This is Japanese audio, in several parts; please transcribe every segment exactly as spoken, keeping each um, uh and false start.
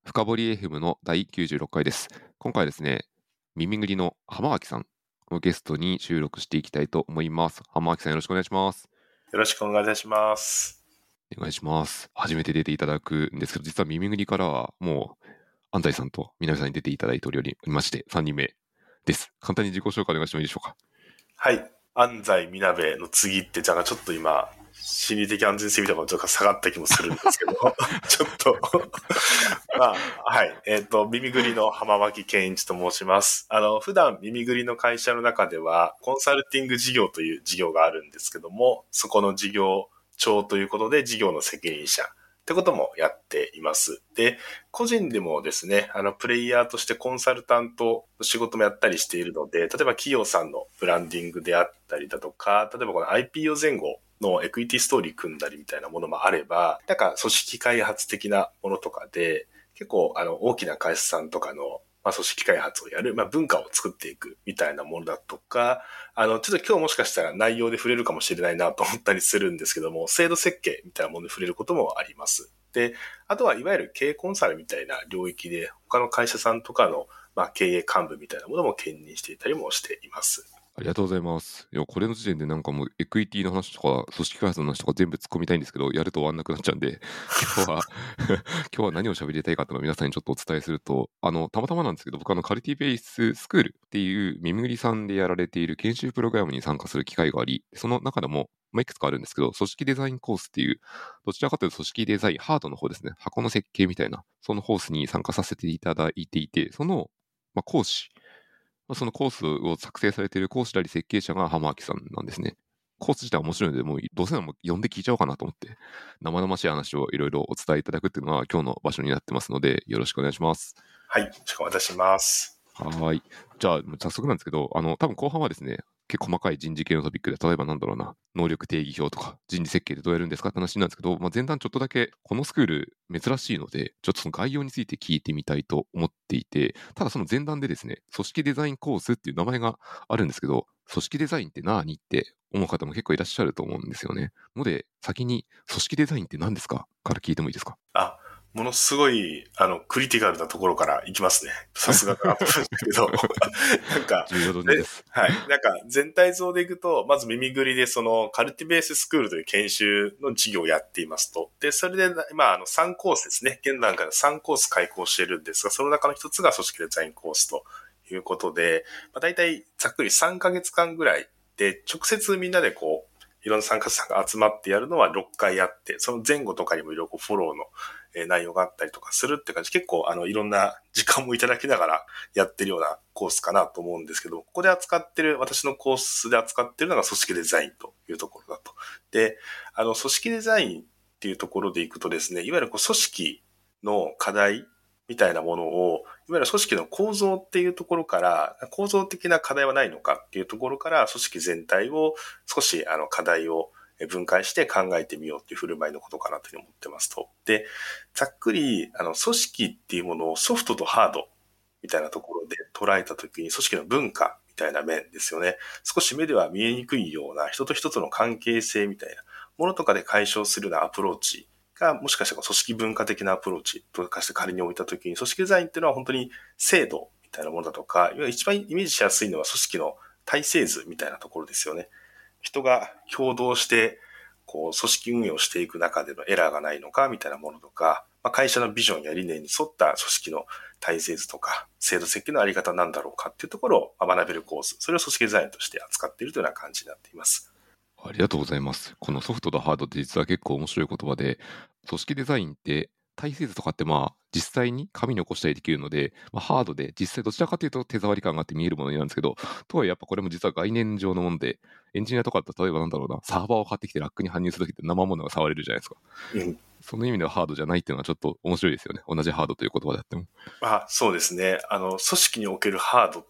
深掘り エフエム のだいきゅうじゅうろっかいです。今回はですね、耳ぐりの浜脇さんをゲストに収録していきたいと思います。浜脇さんよろしくお願いします。 よろしくお願いいたします。 お願いします。初めて出ていただくんですけど、実は耳ぐりからはもう安西さんと南さんに出ていただいておりまして、さんにんめです。簡単に自己紹介お願いしてもいいでしょうか。 はい。安西みなべの次って、じゃあちょっと今、心理的安全性みたいなのがちょっと下がった気もするんですけど、ちょっとまあ、はい。えっ、ー、と、耳ぐりの浜脇健一と申します。あの、普段耳ぐりの会社の中では、コンサルティング事業という事業があるんですけども、そこの事業長ということで、事業の責任者ってこともやっています。で、個人でもですね、あの、プレイヤーとしてコンサルタントの仕事もやったりしているので、例えば企業さんのブランディングであったりだとか、例えばこの アイピーオー 前後のエクイティストーリー組んだりみたいなものもあれば、なんか組織開発的なものとかで、結構あの大きな会社さんとかの、まあ、組織開発をやる、まあ、文化を作っていくみたいなものだとか、あの、ちょっと今日もしかしたら内容で触れるかもしれないなと思ったりするんですけども、制度設計みたいなもので触れることもあります。で、あとはいわゆる経営コンサルみたいな領域で、他の会社さんとかの、まあ、経営幹部みたいなものも兼任していたりもしています。 ありがとうございます。いや、これの時点でなんかもうエクイティの話とか組織開発の話とか全部突っ込みたいんですけど、やると終わんなくなっちゃうんで、今日は今日は何を喋りたいかというのを皆さんにちょっとお伝えすると、あの、たまたまなんですけど、僕あの、カルティベーススクールっていう耳ぐりさんでやられている研修プログラムに参加する機会があり、その中でも、まあ、いくつかあるんですけど、組織デザインコースっていう、どちらかというと組織デザイン、ハードの方ですね、箱の設計みたいな、そのコースに参加させていただいていて、その、まあ、講師、まあ、そのコースを作成されている講師であり設計者が浜脇さんなんですね。コース自体は面白いので、もうどうせならもう呼んで聞いちゃおうかなと思って、生々しい話をいろいろお伝えいただくっていうのは今日の場所になってますので、よろしくお願いします。 はい、よろしくお願いします。 はい。じゃあ、早速なんですけど、あの、多分後半はですね、結構細かい人事系のトピックで、例えばなんだろうな、能力定義表とか、人事設計でどうやるんですかって話なんですけど、まあ、前段ちょっとだけ、このスクール珍しいので、ちょっとその概要について聞いてみたいと思っていて、ただその前段でですね、組織デザインコースっていう名前があるんですけど、組織デザインって何って思う方も結構いらっしゃると思うんですよね。ので、先に組織デザインって何ですかから聞いてもいいですか？ あ、ものすごい、あの、クリティカルなところからいきますね。さすがだなと思うんですけど。なんか、 重要度です。 はい。なんか、全体像でいくと、まず耳ぐりで、その、カルティベーススクールという研修の授業をやっていますと。で、それで、まあ、あの、さんコースですね。現段階のさんコース開講しているんですが、その中の一つが組織デザインコースということで、まあ、大体、ざっくりさんかげつかんぐらいで、直接みんなでこう、いろんな参加者さんが集まってやるのはろっかいあって、その前後とかにもいろいろフォローのえー内容があったりとかするって感じ、結構あのいろんな時間もいただきながらやってるようなコースかなと思うんですけど、ここで扱ってる、私のコースで扱ってるのが組織デザインというところだと。で、あの組織デザインっていうところでいくとですね、いわゆるこう組織の課題みたいなものを、いわゆる組織の構造っていうところから、構造的な課題はないのかっていうところから、組織全体を少しあの課題を分解して考えてみようっていう振る舞いのことかなというふうに思ってますと。で、ざっくり、あの、組織っていうものをソフトとハードみたいなところで捉えたときに、組織の文化みたいな面ですよね。少し目では見えにくいような人と人との関係性みたいなものとかで解消するようなアプローチが、もしかしたら組織文化的なアプローチとかして仮に置いたときに、組織デザインっていうのは本当に制度みたいなものだとか、一番イメージしやすいのは組織の体制図みたいなところですよね。人が共同して、こう、組織運営をしていく中でのエラーがないのか、みたいなものとか、まあ、会社のビジョンや理念に沿った組織の体制図とか、制度設計のあり方なんだろうかっていうところを学べるコース、それを組織デザインとして扱っているというような感じになっています。 ありがとうございます。このソフトとハードって実は結構面白い言葉で、組織デザインって体制図とかってまあ実際に紙に起こしたりできるので、まあ、ハードで実際どちらかというと手触り感があって見えるものになるんですけど、とはいえやっぱこれも実は概念上のもので、エンジニアとかだと例えばなんだろうな、サーバーを買ってきてラックに搬入するときって生ものが触れるじゃないですか。 うん。 その意味ではハードじゃないっていうのはちょっと面白いですよね。同じハードという言葉であっても。 まあ、そうですね。あの、組織におけるハードって、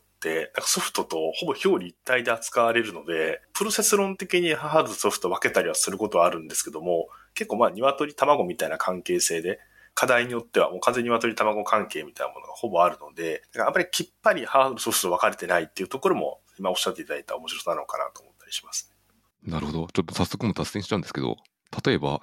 なんかソフトとほぼ表裏一体で扱われるので、プロセス論的にハードとソフト分けたりはすることはあるんですけども、結構まあ、鶏卵みたいな関係性で、課題によってはもう完全に鶏卵関係みたいなものがほぼあるので、だからあんまりきっぱりハードとソフト分かれてないっていうところも、今おっしゃっていただいた面白さなのかなと思ったりします。 なるほど。ちょっと早速も脱線しちゃうんですけど、例えば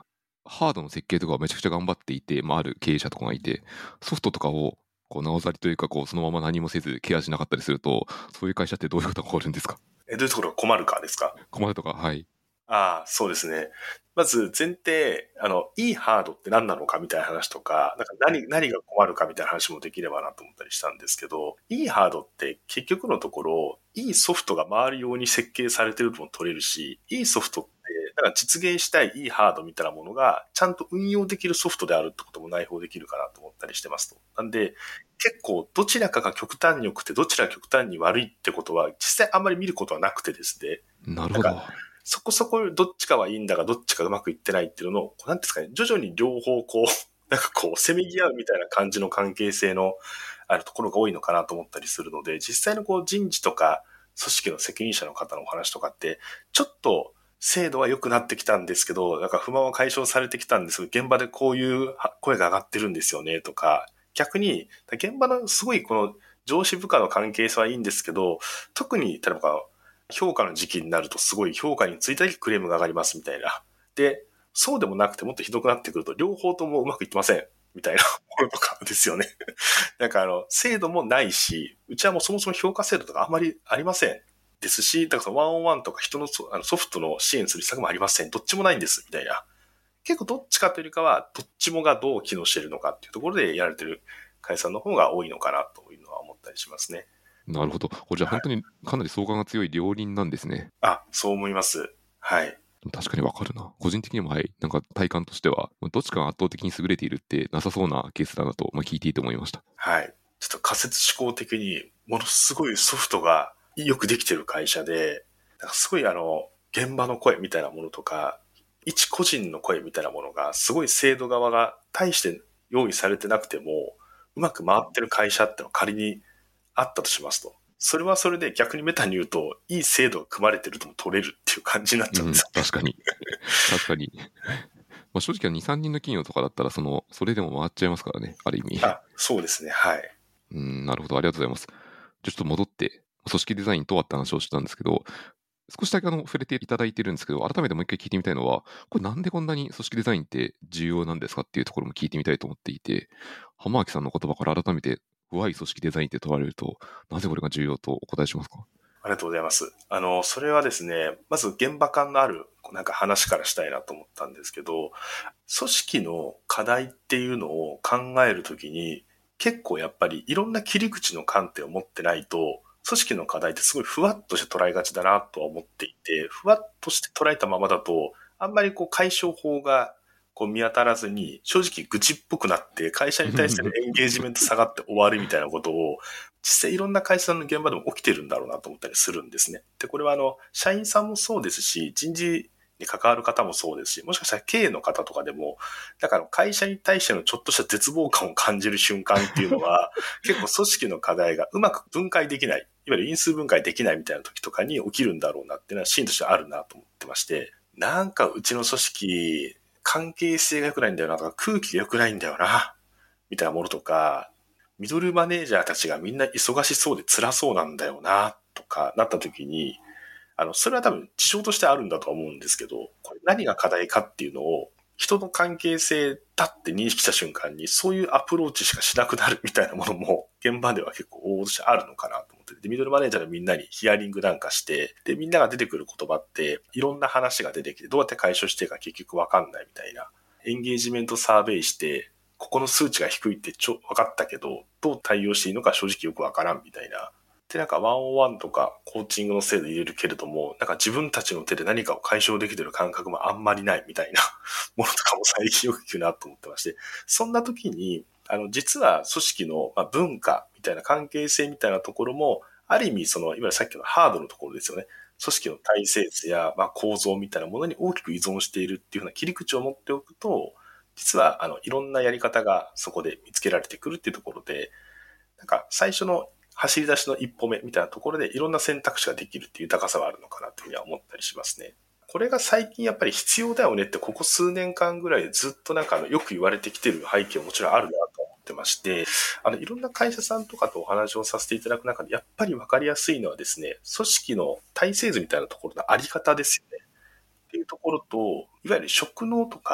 ハードの設計とかをめちゃくちゃ頑張っていて、まあ、ある経営者とかがいて、ソフトとかをこうなおざりというかこうそのまま何もせずケアしなかったりすると、そういう会社ってどういうことが起こるんですか？ え、どういうところが困るかですか？ 困るとか、はい。 ああ、そうですね。まず前提、あの、いいハードって何なのかみたいな話とか、なんか何、何が困るかみたいな話もできればなと思ったりしたんですけど、いいハードって結局のところ、いいソフトが回るように設計されてるとも取れるし、いいソフトって、なんか実現したいいいハードみたいなものが、ちゃんと運用できるソフトであるってことも内包できるかなと思ったりしてますと。なんで、結構どちらかが極端に良くて、どちらが極端に悪いってことは、実際あんまり見ることはなくてですね。なんかなるほど。 そこそこどっちかはいいんだが、どっちかうまくいってないっていうのの、こうなんていうんですかね、徐々に両方こう、なんかこう、せめぎ合うみたいな感じの関係性のあるところが多いのかなと思ったりするので、実際のこう人事とか組織の責任者の方のお話とかって、ちょっと制度は良くなってきたんですけど、なんか不満は解消されてきたんですけど、現場でこういう声が上がってるんですよねとか、逆に現場のすごいこの上司部下の関係性はいいんですけど、特に例えば評価の時期になるとすごい評価についてだけクレームが上がりますみたいな。で、そうでもなくてもっとひどくなってくると両方ともうまくいってませんみたいなものとかですよね。なんかあの、制度もないし、うちはもうそもそも評価制度とかあんまりありませんですし、だからそのワンオンワンとか人のソあのソフトの支援する施策もありません。どっちもないんですみたいな。結構どっちかというよりかは、どっちもがどう機能しているのかっていうところでやられてる会社の方が多いのかなというのは思ったりしますね。 なるほど。これじゃあはい。 本当にかなり相関が強い両輪なんですね。 あ、そう思います。はい。 確かにわかるな。個人的にも、はい、なんか体感としては、どっちかが圧倒的に優れているってなさそうなケースだなと、まあ、聞いていて思いました。 はい。ちょっと仮説思考的に、ものすごいソフトがよくできてる会社で、なんかすごいあの、現場の声みたいなものとか、一個人の声みたいなものが、すごい制度側が大して用意されてなくても、うまく回ってる会社ってのが仮にあったとしますと。それはそれで逆にメタに言うと、いい制度が組まれてるとも取れるっていう感じになっちゃうんうん、 ですよね。 確かに。確かに。まあ、正直はに、さんにんの企業とかだったら、その、それでも回っちゃいますからね、ある意味。 あ、そうですね。はい。 うん、なるほど、ありがとうございます。じゃあちょっと戻って、組織デザインとはって話をしてたんですけど、少しだけあの触れていただいてるんですけど、改めてもう一回聞いてみたいのは、これなんでこんなに組織デザインって重要なんですかっていうところも聞いてみたいと思っていて、浜脇さんの言葉から改めて、why 組織デザインって問われると、なぜこれが重要とお答えしますか？ ありがとうございます。あの、それはですね、まず現場感のあるなんか話からしたいなと思ったんですけど、組織の課題っていうのを考えるときに、結構やっぱりいろんな切り口の観点を持ってないと、組織の課題ってすごいふわっとして捉えがちだなとは思っていて、ふわっとして捉えたままだと、あんまりこう解消法がこう見当たらずに、正直愚痴っぽくなって、会社に対してのエンゲージメント下がって終わるみたいなことを、実際いろんな会社の現場でも起きてるんだろうなと思ったりするんですね。で、これはあの、社員さんもそうですし、人事に関わる方もそうですし、もしかしたら経営の方とかでも、だから会社に対してのちょっとした絶望感を感じる瞬間っていうのは、結構組織の課題がうまく分解できない、いわゆる因数分解できないみたいな時とかに起きるんだろうなっていうのはシーンとしてあるなと思ってまして、なんかうちの組織、関係性が良くないんだよなとか、空気が良くないんだよな、みたいなものとか、ミドルマネージャーたちがみんな忙しそうで辛そうなんだよな、とかなった時に、あの、それは多分事象としてあるんだとは思うんですけど、これ何が課題かっていうのを、人の関係性だって認識した瞬間に、そういうアプローチしかしなくなるみたいなものも、現場では結構大々としてあるのかなと思って、で、ミドルマネージャーのみんなにヒアリングなんかして、で、みんなが出てくる言葉って、いろんな話が出てきて、どうやって解消していいか結局わかんないみたいな。エンゲージメントサーベイして、ここの数値が低いってちょ、分かったけど、どう対応していいのか正直よくわからんみたいな。で、なんかワンオンワンとかコーチングの制度入れるけれども、なんか自分たちの手で何かを解消できてる感覚もあんまりないみたいなものとかも最近よく聞くなと思ってまして、そんな時に、あの、実は組織の文化みたいな関係性みたいなところも、ある意味その、いわゆるさっきのハードのところですよね。組織の体制図や、まあ、構造みたいなものに大きく依存しているっていうふうな切り口を持っておくと、実は、あの、いろんなやり方がそこで見つけられてくるっていうところで、なんか最初の走り出しの一歩目みたいなところでいろんな選択肢ができるっていう高さはあるのかなというふうには思ったりしますね。これが最近やっぱり必要だよねってここ数年間ぐらいずっとなんかあのよく言われてきてる背景ももちろんあるなと思ってまして、あのいろんな会社さんとかとお話をさせていただく中でやっぱり分かりやすいのはですね、組織の体制図みたいなところのあり方ですよね。っていうところと、いわゆる職能とか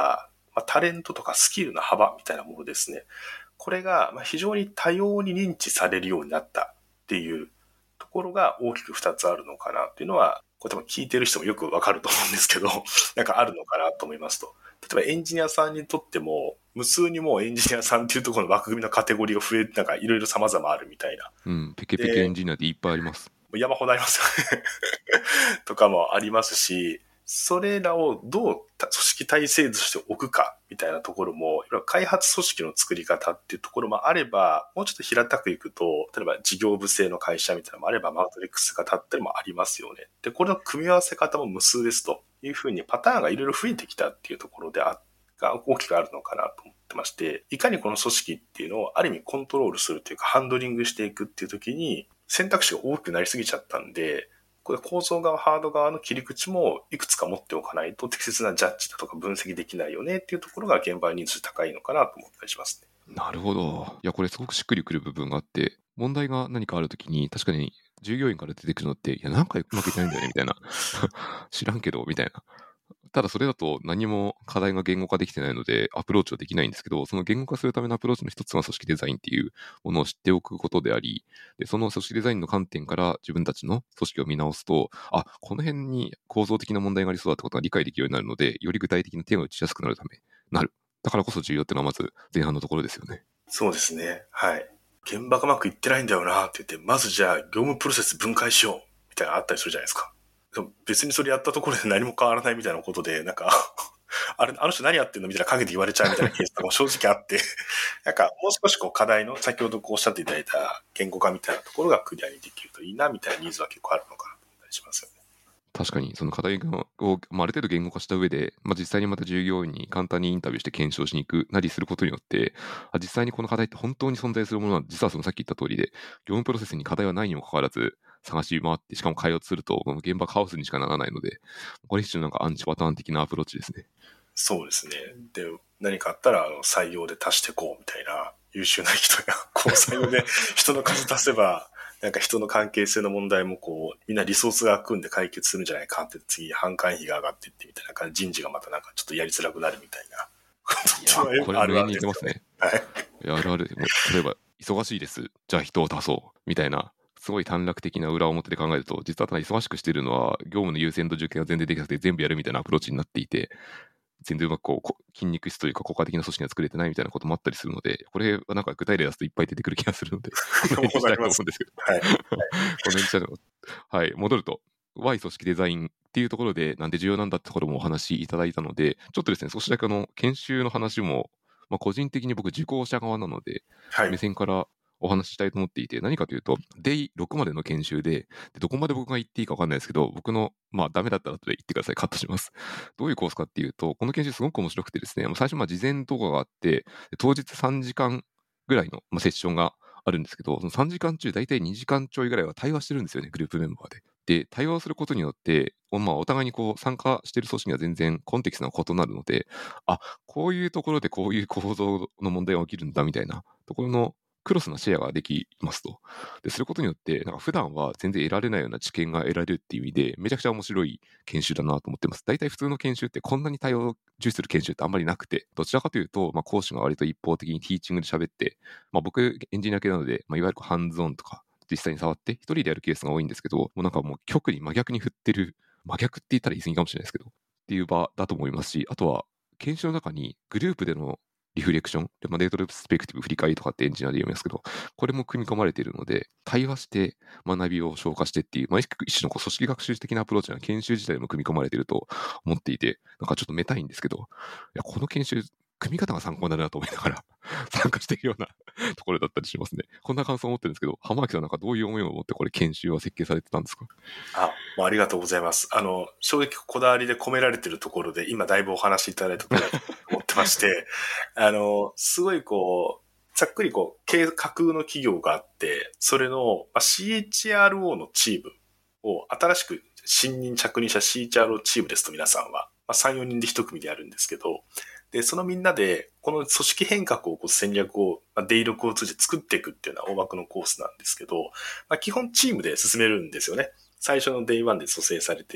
まあ、タレントとかスキルの幅みたいなものですね。これがまあ非常に多様に認知されるようになったっていうところが大きくふたつあるのかなっていうのは、これ多分聞いてる人もよくわかると思うんですけど、なんかあるのかなと思いますと。例えばエンジニアさんにとっても、無数にもうエンジニアさんっていうところの枠組みのカテゴリーが増えて、なんかいろいろ様々あるみたいな。 うん、ペケペケエンジニアでいっぱいあります。 山ほどありますよねとかもありますし、それらをどう組織体制として置くかみたいなところも、開発組織の作り方っていうところもあれば、もうちょっと平たくいくと、例えば事業部制の会社みたいなのもあれば、マトリックス型っていうのもありますよね。で、これの組み合わせ方も無数ですというふうにパターンがいろいろ増えてきたっていうところであが大きくあるのかなと思ってまして、いかにこの組織っていうのをある意味コントロールするというか、ハンドリングしていくっていう時に、選択肢が大きくなりすぎちゃったんで、これ構造側、ハード側の切り口もいくつか持っておかないと適切なジャッジだとか分析できないよねっていうところが現場にニーズ高いのかなと思ったりしますね。 なるほど。いや、これすごくしっくりくる部分があって、問題が何かあるときに、確かに従業員から出てくるのって、いや、なんかうまくいってないんだよね、みたいな。知らんけど、みたいな。ただそれだと何も課題が言語化できてないのでアプローチはできないんですけど、その言語化するためのアプローチの一つが組織デザインっていうものを知っておくことであり、でその組織デザインの観点から自分たちの組織を見直すと、あ、この辺に構造的な問題がありそうだってことが理解できるようになるので、より具体的な手が打ちやすくなるため、なる。だからこそ重要っていうのはまず前半のところですよね。 そうですね。はい。現場がうまくいってないんだよなって言って、まずじゃあ業務プロセス分解しようみたいなのあったりするじゃないですか。でも別にそれやったところで何も変わらないみたいなことで、なんかあれ、あの人何やってんのみたいな陰で言われちゃうみたいなケースとかも正直あってなんかもう少しこう課題の、先ほどこうおっしゃっていただいた言語化みたいなところがクリアにできるといいなみたいなニーズは結構あるのかなと思ったりしますよね。 確かに、その課題を、まあ、ある程度言語化した上で、まあ、実際にまた従業員に簡単にインタビューして検証しに行くなりすることによって、あ、実際にこの課題って本当に存在するものは、実はそのさっき言った通りで、業務プロセスに課題はないにもかかわらず、探し回って、しかも開発すると、この現場カオスにしかならないので、これ一種のなんかアンチパターン的なアプローチですね。 そうですね。で、何かあったらあの採用で足してこうみたいな優秀な人が、こう採用で人の数足せば、なんか人の関係性の問題もこう、みんなリソースが組んで解決するんじゃないかって、次、販管費が上がっていってみたいな感じ、人事がまたなんかちょっとやりづらくなるみたいな。 いや、これ無限にいけますね。 はい。 いや、あるある。もう例えば、忙しいです。じゃあ人を足そう。みたいな、すごい短絡的な裏表で考えると、実はただ忙しくしているのは、業務の優先度受験が全然できなくて、全部やるみたいなアプローチになっていて、全然うまくこう筋肉質というか効果的な組織が作れてないみたいなこともあったりするので、これはなんか具体例出すといっぱい出てくる気がするので、この辺にしたいと思うんですけど、 はい。 この辺にしたいとはい、戻ると、Y 組織デザインっていうところで、なんで重要なんだってところもお話しいただいたので、ちょっとですね、少しだけあの研修の話も、まあ、個人的に僕、受講者側なので、 はい。 目線からお話ししたいと思っていて、何かというと、デイろくまでの研修で、でどこまで僕が言っていいか分かんないですけど、僕の、まあ、ダメだったら後で言ってください、カットします。どういうコースかっていうと、この研修すごく面白くてですね、最初、まあ事前動画があって、当日さんじかんぐらいの、まあ、セッションがあるんですけど、そのさんじかん中、大体にじかんちょいぐらいは対話してるんですよね、グループメンバーで。で、対話をすることによって、まあ、お互いにこう参加している組織が全然コンテキストが異なるので、あ、こういうところでこういう構造の問題が起きるんだみたいなところのクロスなシェアができますと。ですることによって、なんか普段は全然得られないような知見が得られるっていう意味で、めちゃくちゃ面白い研修だなと思ってます。大体普通の研修ってこんなに対応を重視する研修ってあんまりなくて、どちらかというと、まあ、講師が割と一方的にティーチングで喋って、まあ、僕エンジニア系なので、まあ、いわゆるハンズオンとか実際に触って一人でやるケースが多いんですけど、もうなんかもう極に真逆に振ってる、真逆って言ったら言い過ぎかもしれないですけど、っていう場だと思いますし、あとは研修の中にグループでのリフレクション、まあ、レートレスペクティブ振り返りとかってエンジニアで読みますけど、これも組み込まれているので、対話して学びを消化してっていう、まあ、一種のこう組織学習的なアプローチが研修自体も組み込まれていると思っていて、なんかちょっとめたいんですけど、いやこの研修、組み方が参考になるなと思いながら参加しているようなところだったりしますね。こんな感想を持ってるんですけど、浜脇さんなんかどういう思いを持ってこれ研修は設計されてたんですか？ あ、もうありがとうございます。あの、正直こだわりで込められているところで、今だいぶお話しいただいたところだと思ってまして、あの、すごいこう、ざっくりこう、計架空の企業があって、それの、まあ、シーエイチアールオー のチームを新しく新任着任した シーエイチアールオー チームですと皆さんは、まあ、さん、よにんで一組でやるんですけど、で、そのみんなで、この組織変革をこう戦略を、まあ、デイロクを通じて作っていくっていうのは大枠のコースなんですけど、まあ、基本チームで進めるんですよね。最初のデイワンで蘇生されている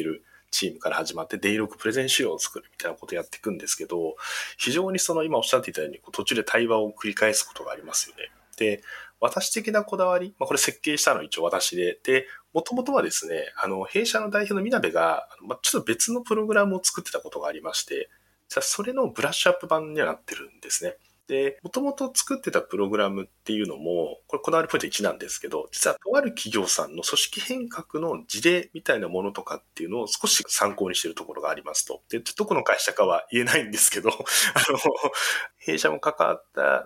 チームから始まってデイログプレゼン資料を作るみたいなことをやっていくんですけど、非常にその今おっしゃっていたように途中で対話を繰り返すことがありますよね。で、私的なこだわり、まあ、これ設計したのは一応私で、で、もともとはですね、あの、弊社の代表のみなべが、まあ、ちょっと別のプログラムを作ってたことがありまして、じゃあそれのブラッシュアップ版にはなってるんですね。で、もともと作ってたプログラムっていうのも、これこだわりポイントいちなんですけど、実はとある企業さんの組織変革の事例みたいなものとかっていうのを少し参考にしているところがありますと。で、どこの会社かは言えないんですけど、あの、弊社も関わった、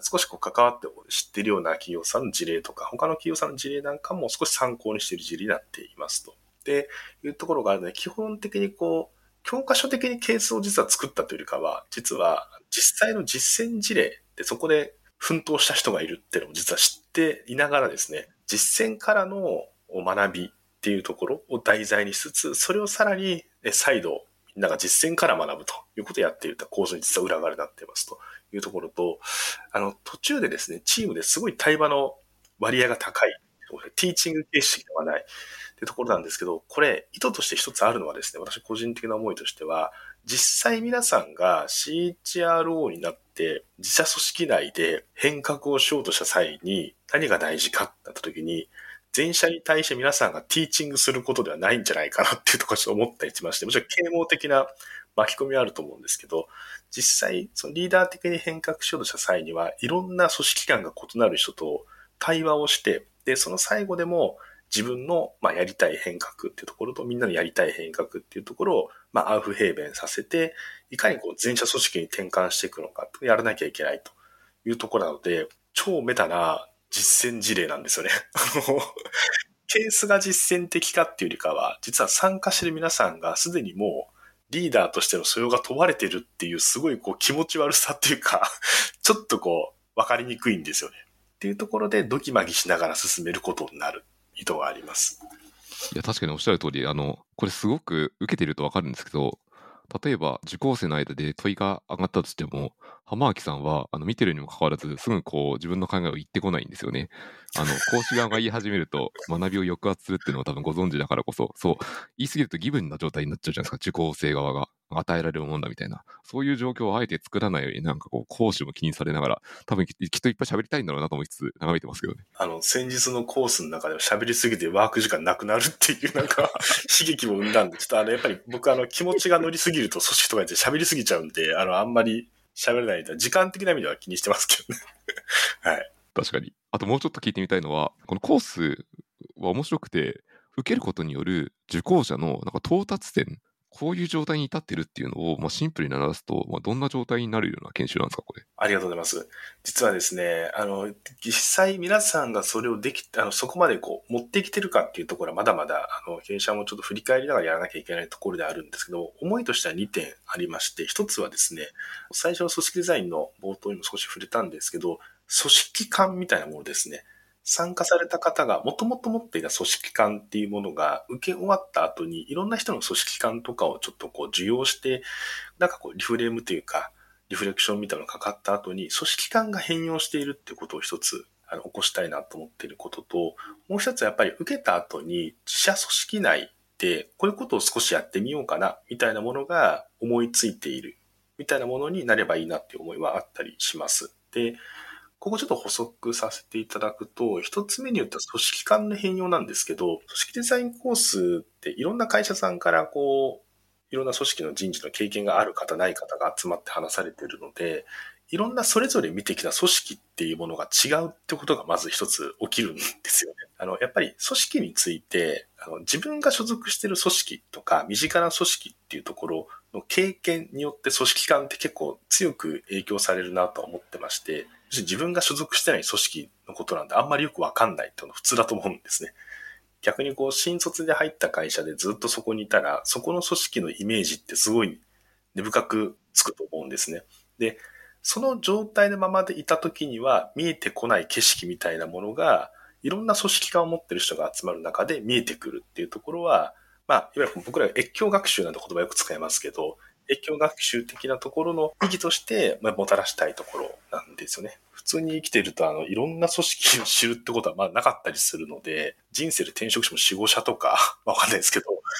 少しこう関わって知っているような企業さんの事例とか、他の企業さんの事例なんかも少し参考にしている事例になっていますと。で、いうところがあるので、基本的にこう、教科書的にケースを実は作ったというよりかは、実は実際の実践事例でそこで奮闘した人がいるっていうのも実は知っていながらですね、実践からの学びっていうところを題材にしつつ、それをさらに再度みんなが実践から学ぶということをやっていると構造に実は裏側になっていますというところと、あの途中でですね、チームですごい対話の割合が高い、ティーチング形式ではないってところなんですけど、これ意図として一つあるのはですね、私個人的な思いとしては、実際皆さんが シーエイチアールオー になって自社組織内で変革をしようとした際に何が大事かってなった時に、全社に対して皆さんがティーチングすることではないんじゃないかなっていうところをちょっと思ったりしまして、もちろん啓蒙的な巻き込みはあると思うんですけど、実際そのリーダー的に変革しようとした際にはいろんな組織間が異なる人と対話をして、で、その最後でも自分の、まあ、やりたい変革っていうところとみんなのやりたい変革っていうところを、まあ、アウフヘーベンさせて、いかにこう全社組織に転換していくのかやらなきゃいけないというところなので、超メタな実践事例なんですよね。ケースが実践的かっていうよりかは、実は参加してる皆さんがすでにもうリーダーとしての素養が問われてるっていうすごいこう気持ち悪さっていうか、ちょっとこう分かりにくいんですよね。っていうところでドキマギしながら進めることになる意図があります。 いや、確かにおっしゃる通り、あの、これすごく受けてるとわかるんですけど、例えば受講生の間で問いが上がったとしても、浜脇さんはあの見てるにもかかわらず、すぐこう自分の考えを言ってこないんですよね。あの、講師側が言い始めると、学びを抑圧するっていうのを多分ご存知だからこそ、そう、言い過ぎるとギブンな状態になっちゃうじゃないですか、受講生側が。与えられるもんだみたいな。そういう状況をあえて作らないように、なんかこう、講師も気にされながら、多分ききっといっぱい喋りたいんだろうなと思いつつ、眺めてますけどね。 あの、先日のコースの中では喋りすぎてワーク時間なくなるっていうなんか悲劇を生んだんで、ちょっとあの、やっぱり僕あの、気持ちが乗りすぎると組織とかで喋りすぎちゃうんで、あの、あんまり喋れないで、時間的な意味では気にしてますけどね。はい。 確かに。あともうちょっと聞いてみたいのは、このコースは面白くて、受けることによる受講者のなんか到達点、こういう状態に至ってるっていうのを、まあ、シンプルに表すと、まあ、どんな状態になるような研修なんですか、これ。 ありがとうございます。実はですね、あの、実際皆さんがそれをでき、あの、そこまでこう、持ってきてるかっていうところはまだまだ、あの、経営者もちょっと振り返りながらやらなきゃいけないところであるんですけど、思いとしてはにてんありまして、ひとつはですね、最初の組織デザインの冒頭にも少し触れたんですけど、組織観みたいなものですね。参加された方がもともと持っていた組織観っていうものが受け終わった後にいろんな人の組織観とかをちょっとこう受容して、なんかこうリフレームというか、リフレクションみたいなのがかかった後に組織観が変容しているっていうことを一つあの起こしたいなと思っていることと、もう一つやっぱり受けた後に自社組織内でこういうことを少しやってみようかなみたいなものが思いついているみたいなものになればいいなっていう思いはあったりします。で、ここちょっと補足させていただくと、一つ目に言った組織間の変容なんですけど、組織デザインコースっていろんな会社さんからこう、いろんな組織の人事の経験がある方ない方が集まって話されているので、いろんなそれぞれ見てきた組織っていうものが違うってことがまず一つ起きるんですよね。あの、やっぱり組織について、あの、自分が所属している組織とか、身近な組織っていうところの経験によって組織感って結構強く影響されるなと思ってまして、自分が所属してない組織のことなんであんまりよくわかんないっていうのが普通だと思うんですね。逆にこう、新卒で入った会社でずっとそこにいたら、そこの組織のイメージってすごい根深くつくと思うんですね。で、その状態のままでいた時には見えてこない景色みたいなものが、いろんな組織感を持ってる人が集まる中で見えてくるっていうところは、まあ、いわゆる僕らが越境学習なんて言葉よく使いますけど、越境学習的なところの意義として、まあ、もたらしたいところなんですよね。普通に生きていると、あの、いろんな組織を知るってことはまあなかったりするので、人生で転職してもよん、ご社とか、わかんないですけど、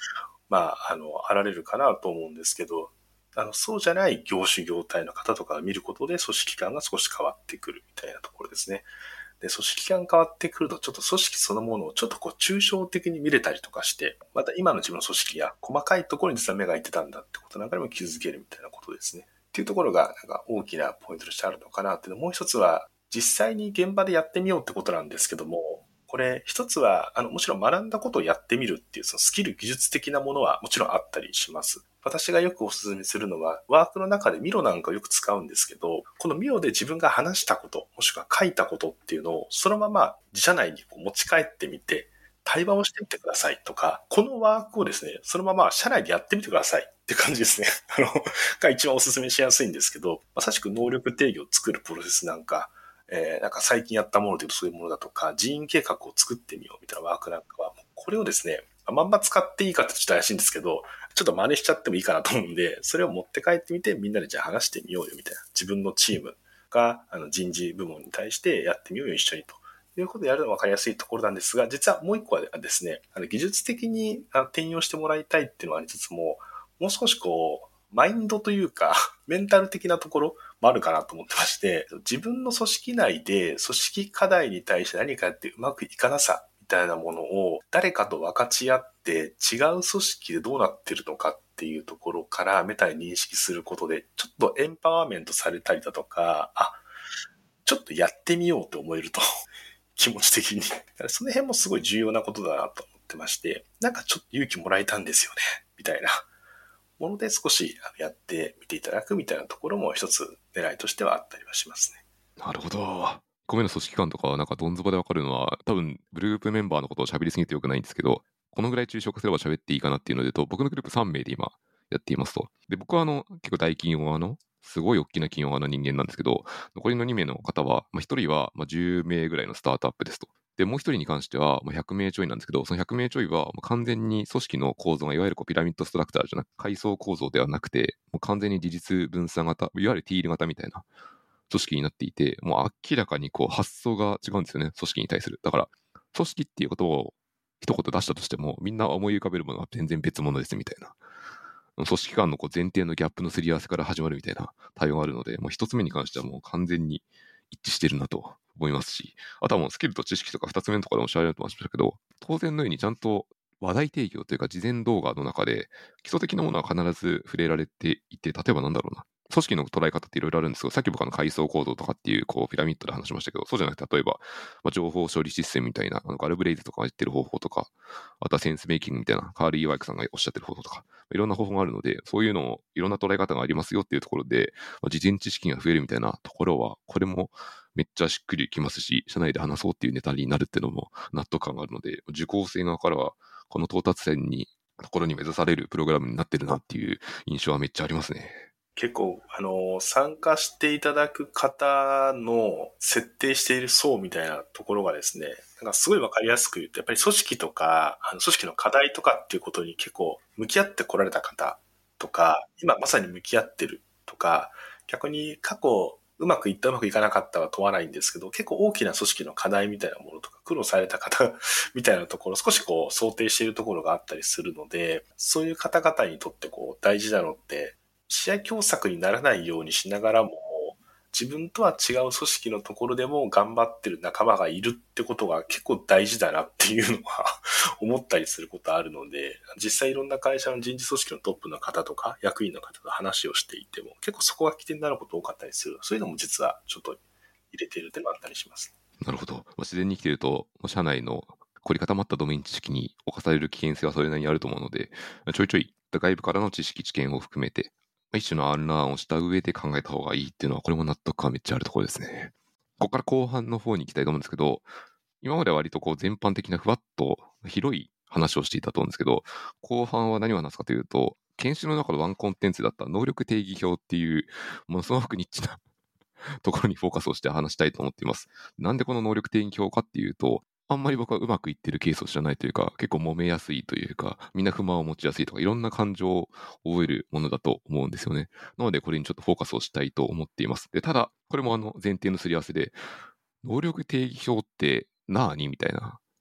まあ、あの、あられるかなと思うんですけど、あの、そうじゃない業種業態の方とかを見ることで組織感が少し変わってくるみたいなところですね。で、組織感変わってくると、ちょっと組織そのものをちょっとこう抽象的に見れたりとかして、また今の自分の組織や細かいところに実は目がいってたんだってことなんかにも気づけるみたいなことですね。っていうところが、なんか大きなポイントとしてあるのかなっていうの。もう一つは、実際に現場でやってみようってことなんですけども、これ一つは、あの、もちろん学んだことをやってみるっていう、そのスキル技術的なものはもちろんあったりします。私がよくお勧めするのは、ワークの中でミロなんかをよく使うんですけど、このミロで自分が話したこと、もしくは書いたことっていうのを、そのまま自社内にこう持ち帰ってみて、対話をしてみてくださいとか、このワークをですね、そのまま社内でやってみてくださいって感じですね。あの、が一番お勧めしやすいんですけど、まさしく能力定義を作るプロセスなんか、えー、なんか最近やったもので言うとそういうものだとか、人員計画を作ってみようみたいなワークなんかは、これをですね、まんま使っていいかってちょっと怪しいんですけど、ちょっと真似しちゃってもいいかなと思うんで、それを持って帰ってみて、みんなでじゃあ話してみようよみたいな。自分のチームがあの人事部門に対してやってみようよ一緒にと。いうことでやるのが分かりやすいところなんですが、実はもう一個はですね、あの技術的に転用してもらいたいっていうのはありつつも、もう少しこう、マインドというか、メンタル的なところもあるかなと思ってまして、自分の組織内で組織課題に対して何かやってうまくいかなさみたいなものを誰かと分かち合って違う組織でどうなってるのかっていうところからメタに認識することで、ちょっとエンパワーメントされたりだとか、あ、ちょっとやってみようと思えると。気持ち的に。その辺もすごい重要なことだなと思ってまして、なんかちょっと勇気もらえたんですよね、みたいなもので少しやってみていただくみたいなところも一つ狙いとしてはあったりはしますね。 なるほど。いっこめの組織感とかはなんかどんずばでわかるのは、多分グループメンバーのことを喋りすぎてよくないんですけど、このぐらい抽象化すれば喋っていいかなっていうので言うと、僕のグループさんめいで今やっていますと。で、僕はあの結構大企業側のすごい大きな企業側の人間なんですけど、残りのにめいの方は、まあ、ひとりはまあじゅうめいぐらいのスタートアップですと。で、もうひとりに関してはまあひゃくめいちょいなんですけど、そのひゃくめいちょいはもう完全に組織の構造がいわゆるこうピラミッドストラクターじゃなく階層構造ではなくて、もう完全に事実分散型、いわゆるティール型みたいな組織になっていて、もう明らかにこう発想が違うんですよね、組織に対する。だから、組織っていうことを一言出したとしても、みんな思い浮かべるものは全然別物ですみたいな。組織間のこう前提のギャップのすり合わせから始まるみたいな対応があるので、もう一つ目に関してはもう完全に一致してるなと思いますし、あとはもうスキルと知識とか二つ目のところでもおっしゃられてましたけど、当然のようにちゃんと話題提供というか事前動画の中で基礎的なものは必ず触れられていて、例えばなんだろうな。組織の捉え方っていろいろあるんですけど、さっき僕あの階層構造とかっていうこうピラミッドで話しましたけど、そうじゃなくて例えば、まあ、情報処理システムみたいな、あのガルブレイズとかが言ってる方法とか、あとはセンスメイキングみたいな、カーリー・ワイクさんがおっしゃってる方法とか、いろんな方法があるので、そういうのをいろんな捉え方がありますよっていうところで、まあ、事前知識が増えるみたいなところは、これもめっちゃしっくりきますし、社内で話そうっていうネタになるっていうのも納得感があるので、受講生側からは、この到達点に、ところに目指されるプログラムになってるなっていう印象はめっちゃありますね。 結構、あの、参加していただく方の設定している層みたいなところがですね、なんかすごいわかりやすく言うと、やっぱり組織とか、あの組織の課題とかっていうことに結構向き合ってこられた方とか、今まさに向き合ってるとか、逆に過去うまくいったうまくいかなかったは問わないんですけど、結構大きな組織の課題みたいなものとか、苦労された方みたいなところ、少しこう想定しているところがあったりするので、そういう方々にとってこう大事なのって、試合共作にならないようにしながらも、自分とは違う組織のところでも頑張ってる仲間がいるってことが結構大事だなっていうのは思ったりすることあるので、実際いろんな会社の人事組織のトップの方とか役員の方と話をしていても、結構そこが起点になること多かったりする。そういうのも実はちょっと入れているっていうのがあったりします。 なるほど。まあ、自然に生きてると、社内の凝り固まったドメイン知識に侵される危険性はそれなりにあると思うので、ちょいちょい外部からの知識知見を含めて、一種のアンラーンをした上で考えた方がいいっていうのは、これも納得感めっちゃあるところですね。ここから後半の方に行きたいと思うんですけど、今までは割とこう全般的なふわっと広い話をしていたと思うんですけど、後半は何を話すかというと、研修の中のワンコンテンツだった能力定義表っていう、ものすごくニッチなところにフォーカスをして話したいと思っています。なんでこの能力定義表かっていうと、あんまり僕はうまくいってるケースを知らないというか、結構揉めやすいというか、みんな不満を持ちやすいとか、いろんな感情を覚えるものだと思うんですよね。なので、これにちょっとフォーカスをしたいと思っています。で、ただ、これもあの前提のすり合わせで、能力定義表って何みたいな。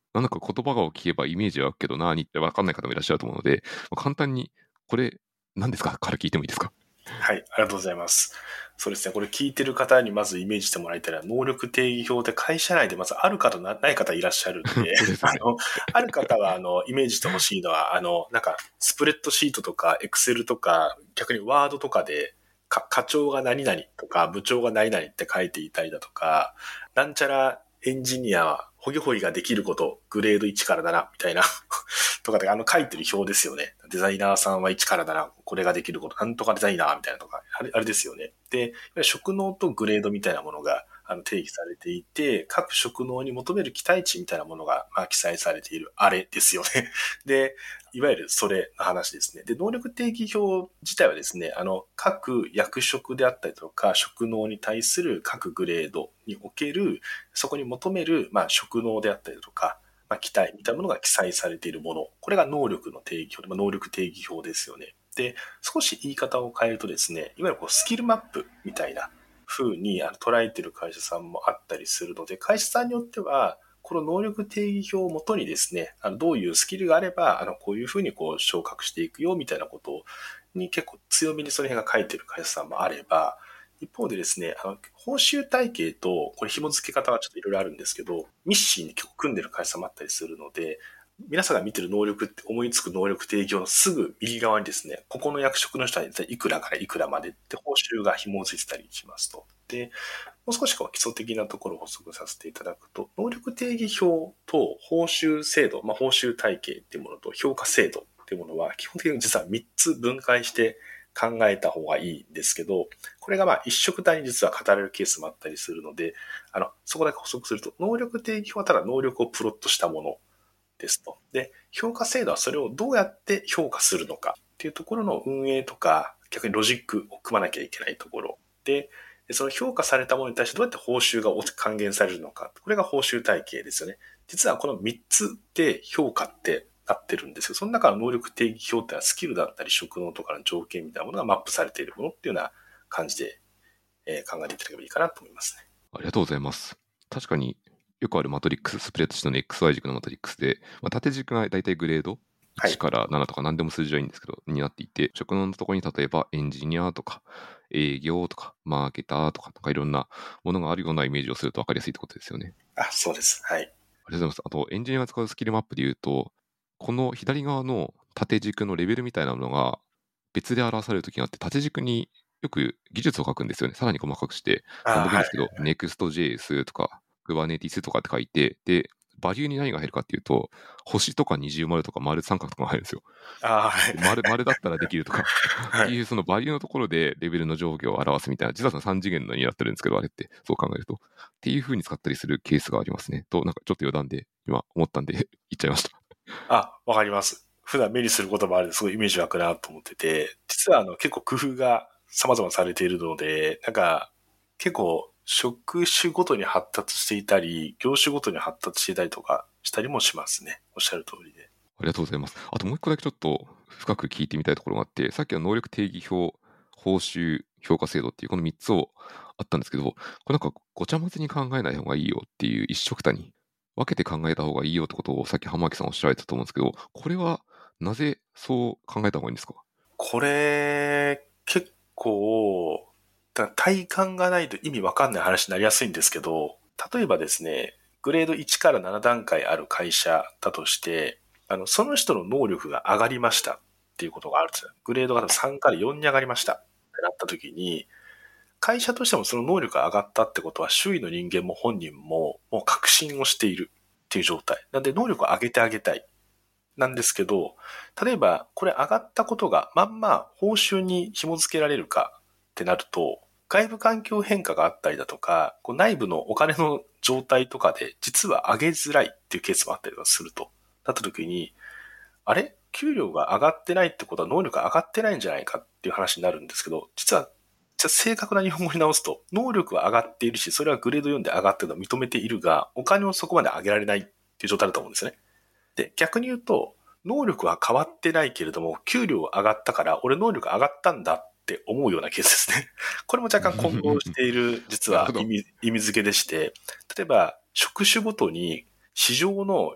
なんだか言葉を聞けばイメージは湧くけど何って分かんない方もいらっしゃると思うので、簡単にこれ何ですかから聞いてもいいですか？ はい、ありがとうございます。そうですね、これ聞いてる方にまずイメージしてもらいたいのは、能力定義表で会社内でまずある方なない方いらっしゃるんで、 そうですよね。 あの、ある方は、あの、イメージしてほしいのは、あの、なんか、スプレッドシートとか、エクセルとか、逆にワードとかで、か課長が何々とか、部長が何々って書いていたりだとか、なんちゃらエンジニアは、ホギホギができること、グレードいちからなな、みたいなとかで、あの書いてる表ですよね。デザイナーさんはいちからなな、これができること、なんとかデザイナーみたいなとか、あれあれですよね。で、職能とグレードみたいなものがあの定義されていて、各職能に求める期待値みたいなものが、まあ、記載されているあれですよね。で、いわゆるそれの話ですね。で、能力定義表自体はですね、あの、各役職であったりとか、職能に対する各グレードにおける、そこに求める、まあ、職能であったりとか、まあ、期待みたいなものが記載されているもの。これが能力の定義表で、まあ、能力定義表ですよね。で、少し言い方を変えるとですね、いわゆるこうスキルマップみたいな風にあの捉えている会社さんもあったりするので、会社さんによっては、この能力定義表をもとにですね、あのどういうスキルがあれば、あのこういう風にこう昇格していくよみたいなことに結構強めにその辺が書いている会社さんもあれば、一方でですね、あの報酬体系と、これ紐付け方はちょっといろいろあるんですけど、ミッシーに結構組んでる会社もあったりするので、皆さんが見てる能力って思いつく能力定義表のすぐ右側にですね、ここの役職の人はいくらからいくらまでって報酬が紐付いてたりしますと。で、もう少しこう基礎的なところを補足させていただくと、能力定義表と報酬制度、まあ、報酬体系っていうものと評価制度っていうものは基本的に実はみっつ分解して考えた方がいいんですけど、これがまあ一色体に実は語られるケースもあったりするので、あの、そこだけ補足すると、能力定義表はただ能力をプロットしたものですと。で、評価制度はそれをどうやって評価するのかっていうところの運営とか、逆にロジックを組まなきゃいけないところで、その評価されたものに対してどうやって報酬が還元されるのか。これが報酬体系ですよね。実はこのみっつで評価ってなってるんですよ。その中の能力定義表ってのはスキルだったり職能とかの条件みたいなものがマップされているものっていうような感じで、えー考えていただければいいかなと思いますね。 ありがとうございます。確かによくあるマトリックス、スプレッドシートの エックスワイ 軸のマトリックスで、まあ、縦軸がだいたいグレードはい。 いちからななとか何でも数字はいいんですけど、になっていて、職能のところに例えばエンジニアとか営業とかマーケターとか、なんかいろんなものがあるようなイメージをすると分かりやすいってことですよね。 あ、そうです。はい。 ありがとうございます。あと、エンジニアが使うスキルマップで言うと、この左側の縦軸のレベルみたいなものが別で表されるときがあって、縦軸によく技術を書くんですよね。さらに細かくして、 あ、 何でもいいんはい。 ですけど、Next.js とか Kubernetes とかって書いて、で、バリューに何が入るかっていうと、星とか二重丸とか丸三角とかが入るんですよ。 あ、はい。 で丸丸だったらできるとかっていうそのバリューのところでレベルの上下を表すみたいな、実はそのさん次元のになってるんですけど、あれってそう考えると。っていう風に使ったりするケースがありますね。と、なんかちょっと余談で今思ったんで言っちゃいました。 あ、わかります。普段目にする言葉あるすごいイメージ湧くなと思ってて、実はあの結構工夫が様々されているので、なんか結構職種ごとに発達していたり、業種ごとに発達していたりとかしたりもしますね。おっしゃる通りで。 ありがとうございます。あともう一個だけちょっと深く聞いてみたいところがあって、さっきは能力定義表、報酬、評価制度っていうこのみっつをあったんですけど、これなんかごちゃ混ぜに考えない方がいいよっていう一緒くたに分けて考えた方がいいよってことをさっき浜木さんおっしゃられたと思うんですけど、これはなぜそう考えた方がいいんですか？ これ結構、だ体感がないと意味わかんない話になりやすいんですけど、例えばですね、グレードいちからなな段階ある会社だとして、あの、その人の能力が上がりましたっていうことがあるんですよ。グレードがさんからよんに上がりましたってなった時に、会社としてもその能力が上がったってことは周囲の人間も本人ももう確信をしているっていう状態。なんで能力を上げてあげたい。なんですけど、例えばこれ上がったことがまんま報酬に紐付けられるかってなると、外部環境変化があったりだとか、こう内部のお金の状態とかで実は上げづらいっていうケースもあったりとかすると。なった時に、あれ給料が上がってないってことは能力が上がってないんじゃないかっていう話になるんですけど、実はじゃ正確な日本語に直すと、能力は上がっているし、それはグレードよんで上がっているのを認めているが、お金をそこまで上げられないっていう状態だと思うんですよね。で、逆に言うと、能力は変わってないけれども、給料上がったから、俺能力上がったんだって思うようなケースですね。これも若干混同している、実なるほど。 は意味、意味付けでして、例えば、職種ごとに市場の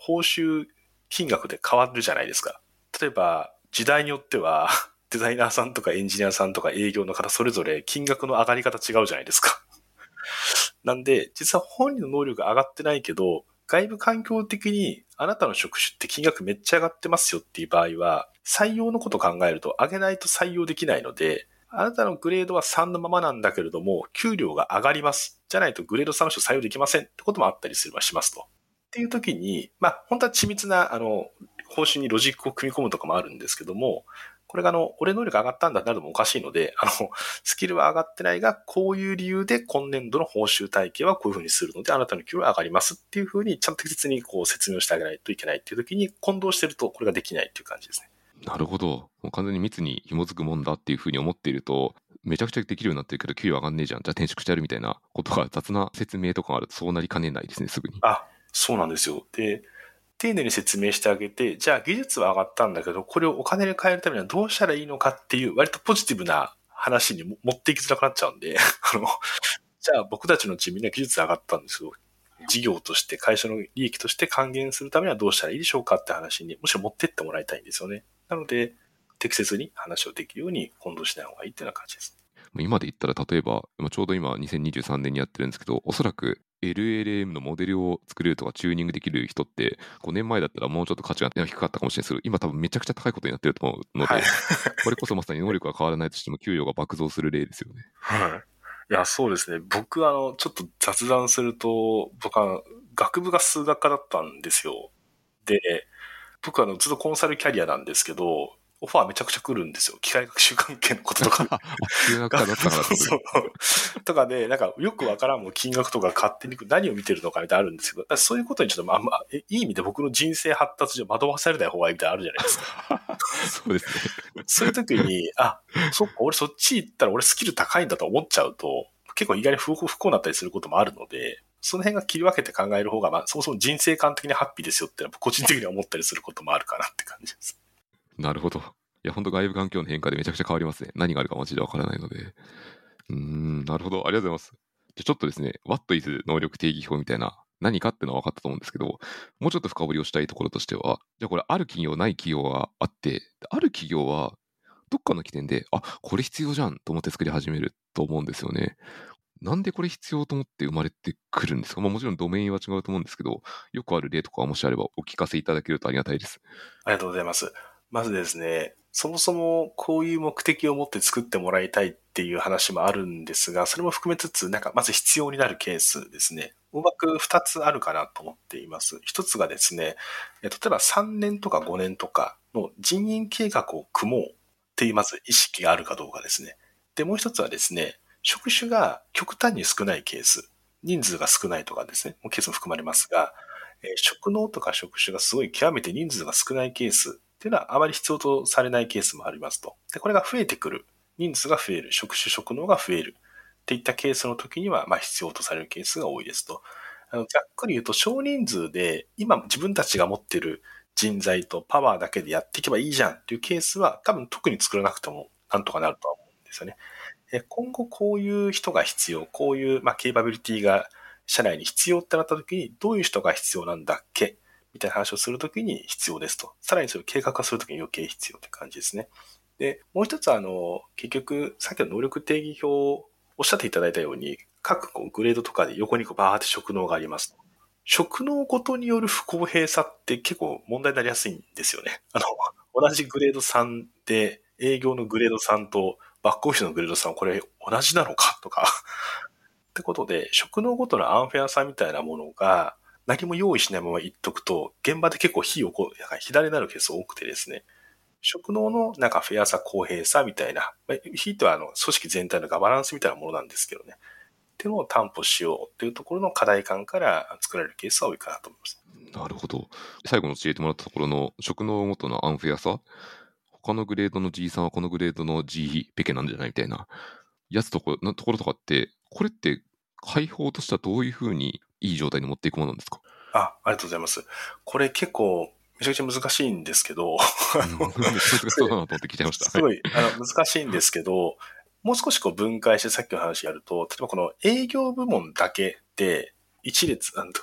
報酬金額で変わるじゃないですか。例えば、時代によっては、デザイナーさんとかエンジニアさんとか営業の方それぞれ金額の上がり方違うじゃないですか。なんで、実は本人の能力が上がってないけど、外部環境的にあなたの職種って金額めっちゃ上がってますよっていう場合は、採用のことを考えると上げないと採用できないので、あなたのグレードはさんのままなんだけれども、給料が上がります。じゃないとグレードさんの人採用できませんってこともあったりするしますと。っていう時に、まあ、本当は緻密な、あの、報酬にロジックを組み込むとかもあるんですけども、これがあの、俺能力上がったんだってなるのもおかしいので、あの、スキルは上がってないが、こういう理由で今年度の報酬体系はこういうふうにするので、あなたの給料は上がりますっていうふうに、ちゃんと適切にこう説明をしてあげないといけないっていう時に、混同してるとこれができないっていう感じですね。 なるほど。もう完全に密に紐づくもんだっていうふうに思っていると、めちゃくちゃできるようになってるけど、給料上がんねえじゃん。じゃあ転職してやるみたいなことが雑な説明とかがあると、そうなりかねないですね、すぐに。 あ、そうなんですよ。で、丁寧に説明してあげて、じゃあ技術は上がったんだけど、これをお金に変えるためにはどうしたらいいのかっていう、割とポジティブな話にも持っていきづらくなっちゃうんで、あの、じゃあ僕たちのチームには技術上がったんですよ。事業として、会社の利益として還元するためにはどうしたらいいでしょうかって話に、むしろ持ってってもらいたいんですよね。なので、適切に話をできるように混同しない方がいいっていうような感じです。 今で言ったら、例えば、ちょうど今にせんにじゅうさんねんにやってるんですけど、おそらく エルエルエム のモデルを作れるとかチューニングできる人って、ごねんまえだったらもうちょっと価値が低かったかもしれないですけど、今多分めちゃくちゃ高いことになってると思うので、はい、これこそまさに能力が変わらないとしても給与が爆増する例ですよね。 はい。いや、そうですね。僕、あの、ちょっと雑談すると、僕は学部が数学科だったんですよ。で、僕はあのずっとコンサルキャリアなんですけど、オファーめちゃくちゃ来るんですよ。機械学習関係のこととか。 数学科だったからってことそうそうとかで、なんかよくわからんも金額とか勝手に何を見てるのかみたいなのあるんですけど、そういうことにちょっとまあまあ、いい意味で僕の人生発達上惑わされない方がいいみたいなのあるじゃないですか。 そうですね。 そういう時に、あ、そっか、俺そっち行ったら俺スキル高いんだと思っちゃうと、結構意外に不幸不幸になったりすることもあるので、その辺が切り分けて考える方が、まあ、そもそも人生観的にハッピーですよって個人的には思ったりすることもあるかなって感じです。 なるほど。いや、本当外部環境の変化でめちゃくちゃ変わりますね。何があるかマジでわからないので。うーん、なるほど。ありがとうございます。じゃちょっとですね、What is 能力定義表みたいな、何かっていうのは分かったと思うんですけど、もうちょっと深掘りをしたいところとしては、じゃあこれ、ある企業、ない企業があって、ある企業は、どっかの起点で、あ、これ必要じゃんと思って作り始めると思うんですよね。なんでこれ必要と思って生まれてくるんですか？まあ、もちろんドメインは違うと思うんですけど、よくある例とかもしあればお聞かせいただけるとありがたいです。 ありがとうございます。まずですね、そもそもこういう目的を持って作ってもらいたいっていう話もあるんですが、それも含めつつ、なんかまず必要になるケースですね。大枠ふたつあるかなと思っています。ひとつがですね、例えばさんねんとかごねんとかの人員計画を組もうっていうまず意識があるかどうかですね。で、もう一つはですね、職種が極端に少ないケース、人数が少ないとかですね、ケースも含まれますが、えー職能とか職種がすごい極めて人数が少ないケースっていうのはあまり必要とされないケースもありますと。で、これが増えてくる。人数が増える。職種職能が増える。っていったケースの時には、まあ必要とされるケースが多いですと。あのざっくり言うと少人数で今自分たちが持っている人材とパワーだけでやっていけばいいじゃんっていうケースは多分特に作らなくてもなんとかなるとは思うんですよね。今後こういう人が必要、こういう、まあ、ケーパビリティが社内に必要ってなった時に、どういう人が必要なんだっけみたいな話をするときに必要ですと。さらにそれを計画化するときに余計必要って感じですね。で、もう一つあの、結局、さっきの能力定義表をおっしゃっていただいたように、各こうグレードとかで横にこうバーって職能がありますと。職能ごとによる不公平さって結構問題になりやすいんですよね。あの、同じグレードさんで、営業のグレードさんとバックオフィスのグレードさん、これ同じなのかとか。ってことで、職能ごとのアンフェアさみたいなものが何も用意しないまま言っとくと、現場で結構火をこう、なんか火種になるケース多くてですね、職能のなんかフェアさ、公平さみたいな、火ってはあの組織全体のガバナンスみたいなものなんですけどね、っていうのを担保しようっていうところの課題感から作られるケースは多いかなと思います。 なるほど。最後の教えてもらったところの職能ごとのアンフェアさ、他のグレードの G さんはこのグレードの G ペケなんじゃないみたいなやつとこのところとかって、これって解放としてはどういうふうにいい状態に持っていくものなんですか？ あ、ありがとうございます。これ結構めちゃくちゃ難しいんですけど、 めっちゃ難しそうだなと思って聞いちゃいました。 すごいあの難しいんですけど、もう少しこう分解してさっきの話やると、例えばこの営業部門だけで一列、なんとか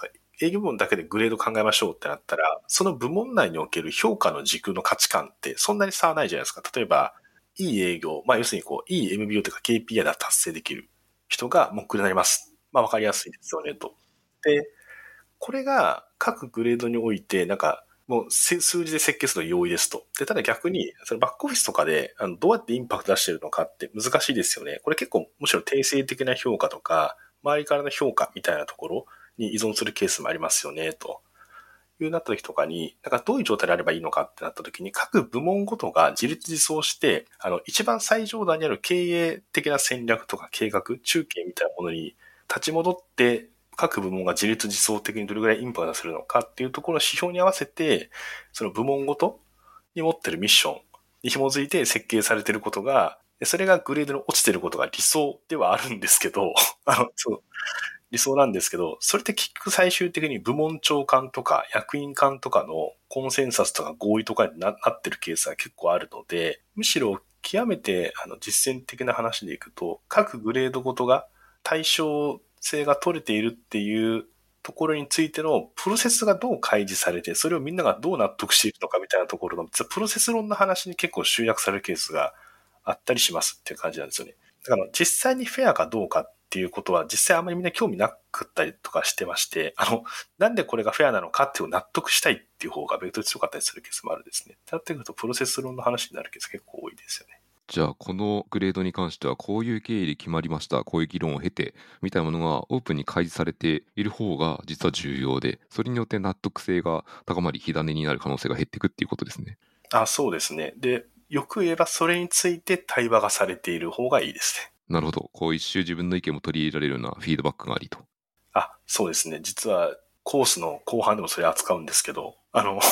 営業部門だけでグレード考えましょうってなったら、その部門内における評価の軸の価値観ってそんなに差はないじゃないですか。例えば、いい営業、まあ要するにこう、いい エムビーオー というか ケーピーアイ で達成できる人がモックになります。まあわかりやすいですよね、と。で、これが各グレードにおいて、なんか、もう数字で設計するの容易ですと。で、ただ逆に、そのバックオフィスとかで、あの、どうやってインパクト出してるのかって難しいですよね。これ結構、むしろ定性的な評価とか、周りからの評価みたいなところに依存するケースもありますよね、というなった時とかに、なんかどういう状態であればいいのかってなった時に、各部門ごとが自立自走して、あの、一番最上段にある経営的な戦略とか計画、中継みたいなものに立ち戻って、各部門が自立自走的にどれぐらいインパクトするのかっていうところの指標に合わせて、その部門ごとに持ってるミッションに紐づいて設計されていることが、それがグレードに落ちてることが理想ではあるんですけど、あの、そう、理想なんですけど、それって結局最終的に部門長官とか役員間とかのコンセンサスとか合意とかになってるケースは結構あるので、むしろ極めてあの実践的な話でいくと、各グレードごとが対称性が取れているっていうところについてのプロセスがどう開示されて、それをみんながどう納得しているのかみたいなところの、実はプロセス論の話に結構集約されるケースがあったりしますっていう感じなんですよね。だから実際にフェアかどうかっていうことは実際あんまりみんな興味なくったりとかしてまして、あの、なんでこれがフェアなのかっていうのを納得したいっていう方がベクトル強かったりするケースもあるですね。ってなってくるとプロセス論の話になるケース結構多いですよね。 じゃあこのグレードに関してはこういう経緯で決まりました、こういう議論を経てみたいなものがオープンに開示されている方が実は重要で、それによって納得性が高まり火種になる可能性が減っていくっていうことですね。 あ、そうですね。で、よく言えばそれについて対話がされている方がいいですね。 なるほど。こう一周自分の意見も取り入れられるようなフィードバックがありと。 あ、そうですね。実はコースの後半でもそれ扱うんですけど、あの、はい。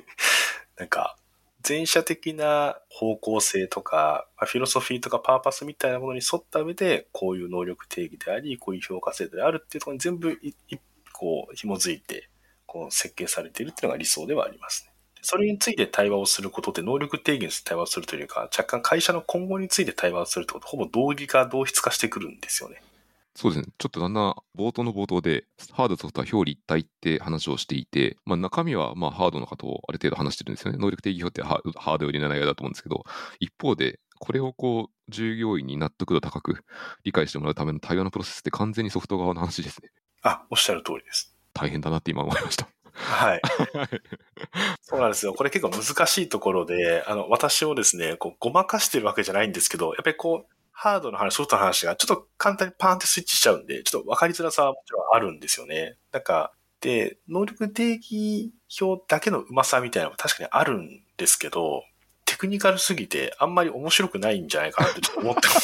なんか、前者的な方向性とか、フィロソフィーとかパーパスみたいなものに沿った上で、こういう能力定義であり、こういう評価制度であるっていうところに全部い、いこう、紐づいて、こう、設計されているっていうのが理想ではありますね。それについて対話をすることで、能力定義について対話をするというか、若干会社の今後について対話をするってこと、ほぼ同義化、同質化してくるんですよね。 そうですね。ちょっとだんだん冒頭の冒頭で、ハードとソフトは表裏一体って話をしていて、まあ、中身はまあハードのことをある程度話してるんですよね。能力定義表ってハードハードよりな内容だと思うんですけど、一方で、これをこう、従業員に納得度高く理解してもらうための対話のプロセスって完全にソフト側の話ですね。 あ、おっしゃる通りです。 大変だなって今思いました。 はい。そうなんですよ。これ結構難しいところで、あの、私をですね、こう、ごまかしてるわけじゃないんですけど、やっぱりこう、ハードの話、ソフトの話がちょっと簡単にパーンってスイッチしちゃうんで、ちょっと分かりづらさはもちろんあるんですよね。なんか、で、能力定義表だけのうまさみたいなのは確かにあるんですけど、テクニカルすぎてあんまり面白くないんじゃないかなってちょっと思ってます。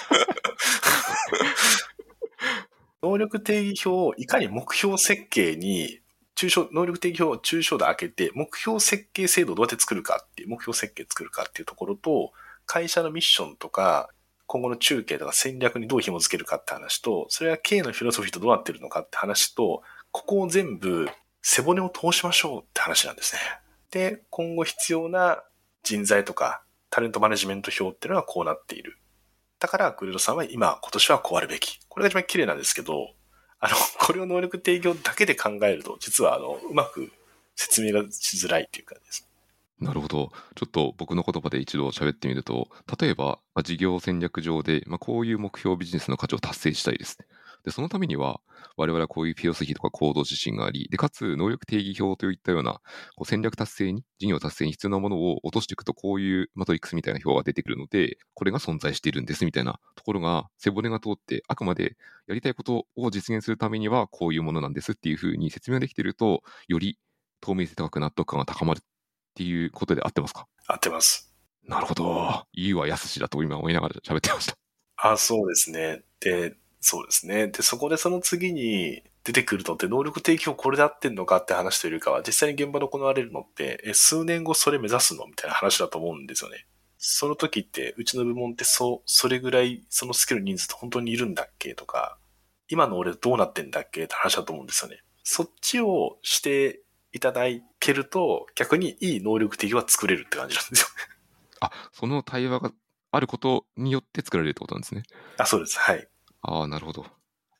能力定義表をいかに目標設計に抽象、能力定義表を抽象度開けて、目標設計制度をどうやって作るかっていう、目標設計作るかっていうところと、会社のミッションとか、今後の中継とか戦略にどう紐づけるかって話と、それは経営のフィロソフィーとどうなってるのかって話と、ここを全部背骨を通しましょうって話なんですね。で、今後必要な人材とか、タレントマネジメント表っていうのはこうなっている。だから、グレードさんは今、今年はこうあるべき。これが一番綺麗なんですけど、あの、これを能力提供だけで考えると、実は、あの、うまく説明がしづらいっていう感じです。 なるほど。ちょっと僕の言葉で一度喋ってみると、例えば、まあ、事業戦略上で、まあ、こういう目標ビジネスの価値を達成したいです。で、そのためには、我々はこういうフィロソフィーとか行動指針があり、で、かつ能力定義表といったようなこう戦略達成に、事業達成に必要なものを落としていくと、こういうマトリックスみたいな表が出てくるので、これが存在しているんですみたいなところが背骨が通って、あくまでやりたいことを実現するためにはこういうものなんですっていうふうに説明できていると、より透明性高く納得感が高まるっていうことで合ってますか？ 合ってます。 なるほど。いいわ、やすしだと今思いながら喋ってました。 あ、そうですね。で、そうですね。で、そこでその次に出てくるのって、能力提供これで合ってんのかって話というよりかは、実際に現場で行われるのって、え、数年後それ目指すのみたいな話だと思うんですよね。その時って、うちの部門ってそう、それぐらいそのスキル人数って本当にいるんだっけとか、今の俺どうなってんだっけって話だと思うんですよね。そっちをしていただけると、逆にいい能力的は作れるって感じなんですよ。 あ、その対話があることによって作られるってことなんですね。 あ、そうです。はい。 ああ、なるほど。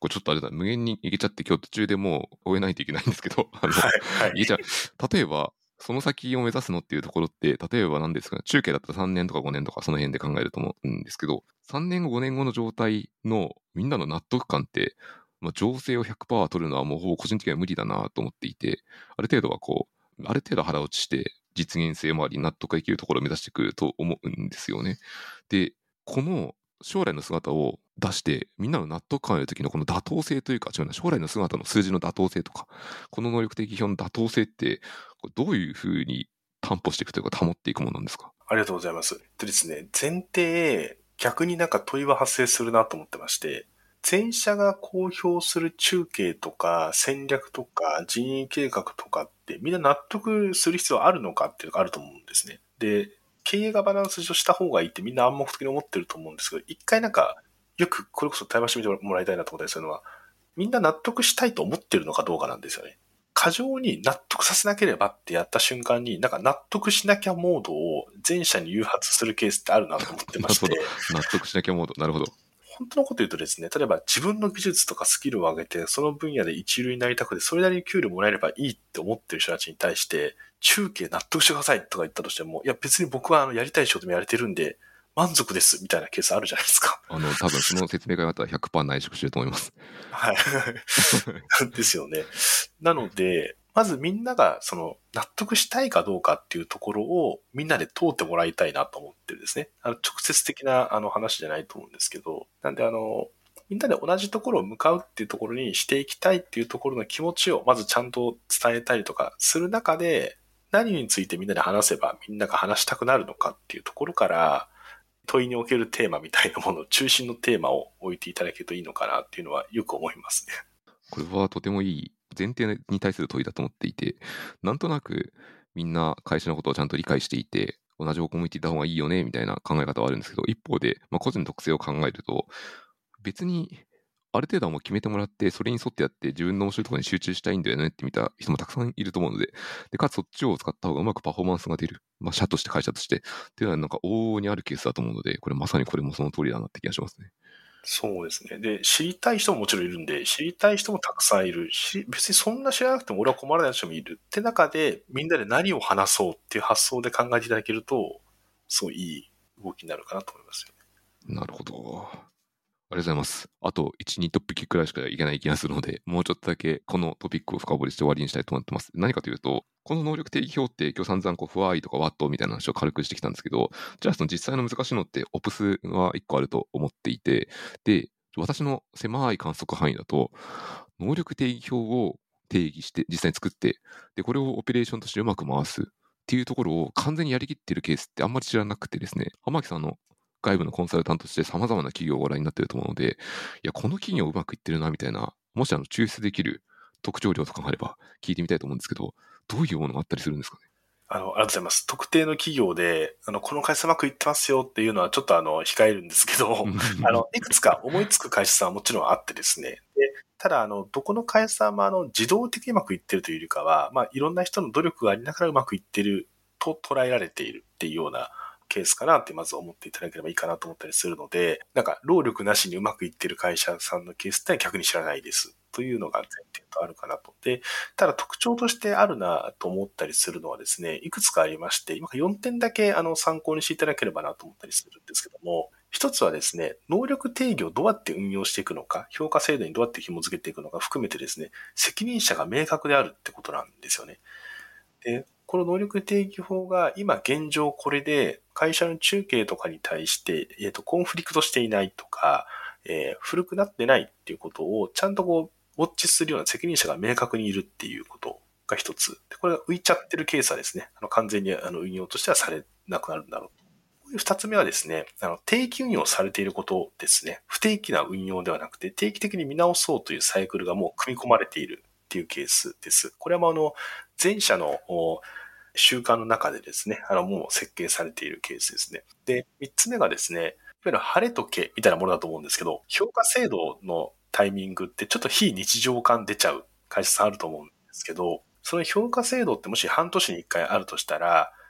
これちょっとあれだ、無限にいけちゃって今日途中でもう終えないといけないんですけど、あの、 はいはい。 いけちゃう。例えば、その先を目指すのっていうところって、例えば何ですかね、中継だったらさんねんとかごねんとかその辺で考えると思うんですけど、さんねんご、ごねんごの状態のみんなの納得感って、まあ、情勢をひゃくパーセント取るのはもうほぼ個人的には無理だなと思っていて、ある程度はこう、ある程度腹落ちして実現性もあり納得がいけるところを目指してくると思うんですよね。で、この将来の姿を出してみんなの納得感を得る時のこの妥当性というか、違うな、将来の姿の数字の妥当性とか、この能力的表の妥当性ってこれどういうふうに担保していくというか保っていくものなんですか？ ありがとうございます。でですね、前提、逆になんか問いは発生するなと思ってまして、前者が公表する中継とか戦略とか人員計画とかってみんな納得する必要あるのかっていうのがあると思うんですね。で、経営ガバナンス上した方がいいってみんな暗黙的に思ってると思うんですけど、一回なんか、よくこれこそ対話してみてもらいたいなと思ったりするのは、みんな納得したいと思ってるのかどうかなんですよね。過剰に納得させなければってやった瞬間に、なんか納得しなきゃモードを前者に誘発するケースってあるなと思ってまして、 なるほど。納得しなきゃモード。なるほど。 本当のこと言うとですね、例えば自分の技術とかスキルを上げて、その分野で一流になりたくて、それなりに給料もらえればいいって思ってる人たちに対して、中継納得してくださいとか言ったとしても、いや別に僕はあのやりたい仕事もやれてるんで、満足ですみたいなケースあるじゃないですか。 あの、多分その説明があったらひゃくパーセント内職してると思います。 はい。ですよね。なので、まずみんながその納得したいかどうかっていうところをみんなで通ってもらいたいなと思ってるですね。あの直接的なあの話じゃないと思うんですけど、なんであの、みんなで同じところを向かうっていうところにしていきたいっていうところの気持ちをまずちゃんと伝えたりとかする中で、何についてみんなで話せばみんなが話したくなるのかっていうところから、問いにおけるテーマみたいなものを中心のテーマを置いていただけるといいのかなっていうのはよく思いますね。 これはとてもいい前提に対する問いだと思っていて、なんとなくみんな会社のことをちゃんと理解していて、同じ方向向いていた方がいいよねみたいな考え方はあるんですけど、一方で、まあ、個人の特性を考えると、別にある程度はもう決めてもらって、それに沿ってやって自分の面白いところに集中したいんだよねって見た人もたくさんいると思うので、でかつそっちを使った方がうまくパフォーマンスが出る、まあ、社として会社としてっていうのはなんか往々にあるケースだと思うので、これまさにこれもその通りだなって気がしますね。 そうですね。で、知りたい人ももちろんいるんで、知りたい人もたくさんいるし、別にそんな知らなくても俺は困らない人もいるって中で、みんなで何を話そうっていう発想で考えていただけると、すごいいい動きになるかなと思いますよね。 なるほど。ありがとうございます。あといち、にトピックくらいしかいけない気がするので、もうちょっとだけこのトピックを深掘りして終わりにしたいと思ってます。何かというと、この能力定義表って今日散々こう、フワイとかワットみたいな話を軽くしてきたんですけど、じゃあその実際の難しいのってオプスはいっこあると思っていて、で、私の狭い観測範囲だと、能力定義表を定義して実際に作って、で、これをオペレーションとしてうまく回すっていうところを完全にやりきってるケースってあんまり知らなくてですね、浜木さんの外部のコンサルタントとして様々な企業をご覧になっていると思うので、いや、この企業うまくいってるな、みたいな、もしあの抽出できる特徴量とかがあれば聞いてみたいと思うんですけど、どういうものがあったりするんですかね？ あの、ありがとうございます。特定の企業で、あの、この会社うまくいってますよっていうのはちょっとあの、控えるんですけど、あの、いくつか思いつく会社さんはもちろんあってですね。で、ただ、あの、どこの会社さんもあの、自動的にうまくいってるというよりかは、まあ、いろんな人の努力がありながらうまくいってると捉えられているっていうようなケースかなってまず思っていただければいいかなと思ったりするので、なんか、労力なしにうまくいってる会社さんのケースって逆に知らないです。というのが前提とあるかなと。で、ただ特徴としてあるなと思ったりするのはですね、いくつかありまして、今よんてんだけあの参考にしていただければなと思ったりするんですけども、一つはですね、能力定義をどうやって運用していくのか、評価制度にどうやって紐付けていくのか含めてですね、責任者が明確であるってことなんですよね。で、この能力定義法が今現状これで会社の中継とかに対して、えっと、コンフリクトしていないとか、えー古くなってないっていうことをちゃんとこう、ウォッチするような責任者が明確にいるっていうことが一つ。で、これが浮いちゃってるケースはですね、あの完全にあの運用としてはされなくなるんだろう。二つ目はですね、あの定期運用されていることですね。不定期な運用ではなくて、定期的に見直そうというサイクルがもう組み込まれているっていうケースです。これはもうあの、前者のお習慣の中でですね、あの、もう設計されているケースですね。で、三つ目がですね、いわゆる晴れとけみたいなものだと思うんですけど、評価制度のタイミングってちょっと非日常感出ちゃう会社さんあると思うんですけど、その評価制度ってもし半年に一回あるとしたら、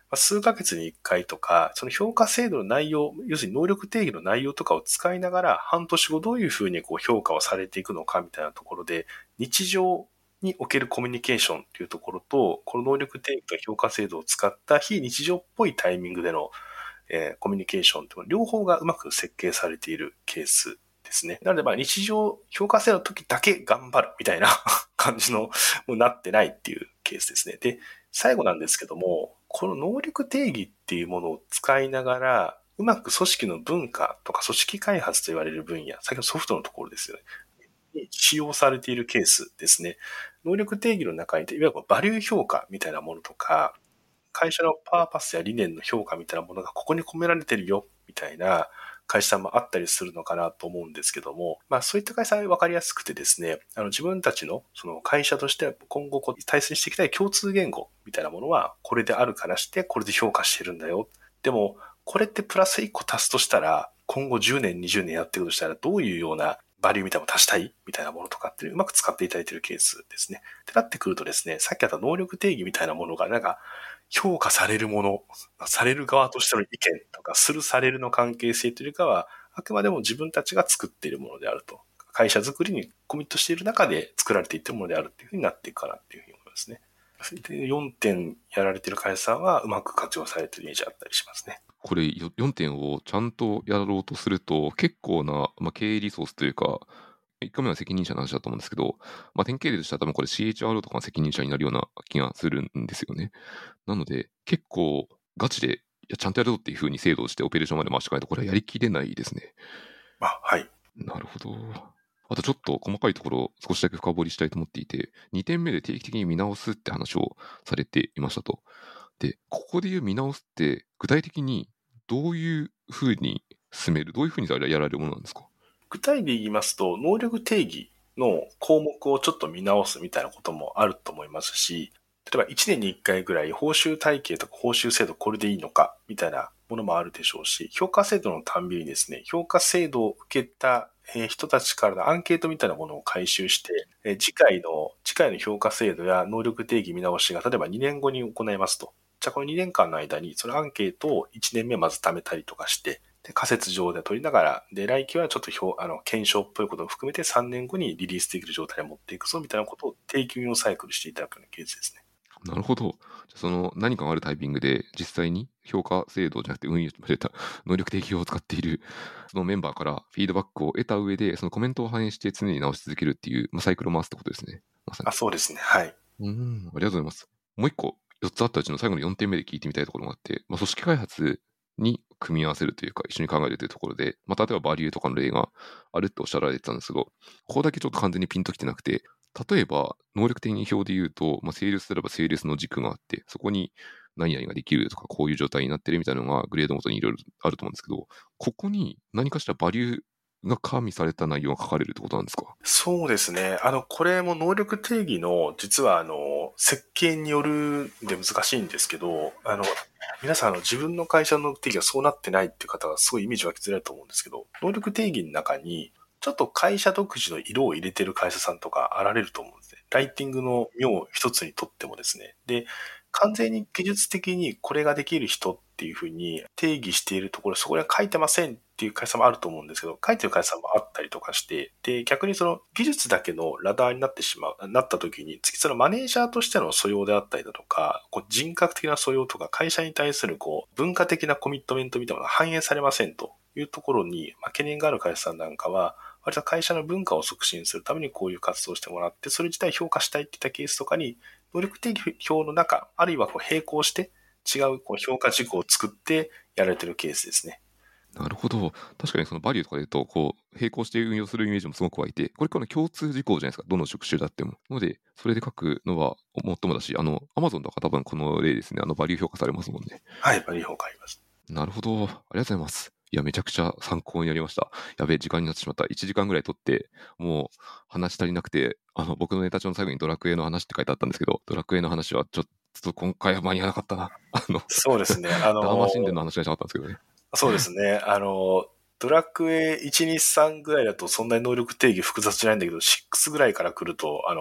あ、数ヶ月にいっかいとか、その評価制度の内容、要するに能力定義の内容とかを使いながら、半年後どういうふうにこう評価をされていくのかみたいなところで、日常におけるコミュニケーションっていうところと、この能力定義と評価制度を使った非日常っぽいタイミングでの、えーコミュニケーションというの両方がうまく設計されているケースですね。なので、まあ日常評価制度の時だけ頑張るみたいな感じの、もうなってないっていうケースですね。で、最後なんですけども、この能力定義っていうものを使いながら、うまく組織の文化とか組織開発と言われる分野、先ほどソフトのところですよね。に使用されているケースですね。能力定義の中に、いわゆるバリュー評価みたいなものとか、会社のパーパスや理念の評価みたいなものがここに込められてるよ、みたいな会社もあったりするのかなと思うんですけども、まあそういった会社は分かりやすくてですね、あの自分たちのその会社として今後こう対戦していきたい共通言語みたいなものはこれであるからしてこれで評価してるんだよ。でもこれってプラスいっこ足すとしたら今後じゅうねん、にじゅうねんやっていくとしたらどういうようなバリューみたいなのを足したいみたいなものとかっていううまく使っていただいているケースですね。ってなってくるとですね、さっきあった能力定義みたいなものがなんか評価されるもの、される側としての意見とか、するされるの関係性というかは、あくまでも自分たちが作っているものであると。会社作りにコミットしている中で作られていっているものであるっていうふうになっていくかなっていうふうに思いますね。で、よんてんやられている会社さんはうまく活用されているイメージあったりしますね。 これよよんてんをちゃんとやろうとすると、結構な、まあ、経営リソースというか、いっこめは責任者の話だと思うんですけど、まあ、典型例としては多分これ シーエイチアールオー とかが責任者になるような気がするんですよね。なので、結構ガチで、いや、ちゃんとやるぞっていう風に制度をしてオペレーションまで回していかないと、これはやりきれないですね。 あ、はい。 なるほど。あとちょっと細かいところを少しだけ深掘りしたいと思っていて、にてんめで定期的に見直すって話をされていましたと。で、ここで言う見直すって、具体的にどういうふうに進める、どういうふうにやられるものなんですか？ 具体で言いますと、能力定義の項目をちょっと見直すみたいなこともあると思いますし、例えばいちねんにいっかいぐらい報酬体系とか報酬制度これでいいのかみたいなものもあるでしょうし、評価制度のたんびにですね、評価制度を受けた人たちからのアンケートみたいなものを回収して、次回の、次回の評価制度や能力定義見直しが例えばにねんごに行いますと。じゃあこのにねんかんの間にそのアンケートをいちねんめまず貯めたりとかして、で仮説上で取りながら、で、来期はちょっと表、あの、検証っぽいことを含めてさんねんごにリリースできる状態に持っていくぞみたいなことを定期運用サイクルしていただくようなケースですね。 なるほど。じゃあその何かがあるタイミングで実際に評価制度じゃなくて運用された能力定義を使っているそのメンバーからフィードバックを得た上で、そのコメントを反映して常に直し続けるっていう、まあ、サイクルを回すってことですね。まさに。 あ、そうですね。はい。 うーん、ありがとうございます。もう一個、よっつあったうちの最後のよんてんめで聞いてみたいところがあって、まあ、組織開発に組み合わせるというか、一緒に考えるというところで、まあ、例えばバリューとかの例があるっておっしゃられてたんですけど、ここだけちょっと完全にピンときてなくて、例えば、能力的に表で言うと、まあ、セールスすればセールスの軸があって、そこに何々ができるとか、こういう状態になってるみたいなのがグレードごとにいろいろあると思うんですけど、ここに何かしらバリューが加味された内容が書かれるってことなんですか？ そうですね。あの、これも能力定義の、実はあの、設計によるんで難しいんですけど、あの、皆さんあの自分の会社の定義がそうなってないっていう方がすごいイメージ湧きづらいと思うんですけど、能力定義の中に、ちょっと会社独自の色を入れてる会社さんとかあられると思うんですね。ライティングの妙一つにとってもですね。で、完全に技術的にこれができる人っていうふうに定義しているところ、そこには書いてませんっていう会社もあると思うんですけど、書いてる会社さんもあったりとかして、で、逆にその技術だけのラダーになってしまう、なった時に、次そのマネージャーとしての素養であったりだとか、こう人格的な素養とか会社に対するこう文化的なコミットメントみたいなのが反映されませんというところに、まあ、懸念がある会社さんなんかは、割と会社の文化を促進するためにこういう活動をしてもらって、それ自体評価したいっていったケースとかに、能力定義表の中、あるいはこう並行して違うこう評価事項を作ってやられているケースですね。 なるほど。確かにそのバリューとかで言うと、こう、並行して運用するイメージもすごく湧いて、これからの共通事項じゃないですか。どの職種であっても。なので、それで書くのはもっともだし、あの、アマゾンとか多分この例ですね。あの、バリュー評価されますもんね。 はい、バリュー評価あります。 なるほど。ありがとうございます。いや、めちゃくちゃ参考になりました。やべえ、時間になってしまった。いちじかんぐらい取って、もう話し足りなくて、あの、僕のネタ帳の最後にドラクエの話って書いてあったんですけど、ドラクエの話はちょっと今回は間に合わなかったな。あの、 そうですね。あのダーマ神殿の話がしたかったんですけどね。 そうですね。あの、ドラクエいち、に、さんぐらいだとそんなに能力定義複雑じゃないんだけど、ろくぐらいから来ると、あの、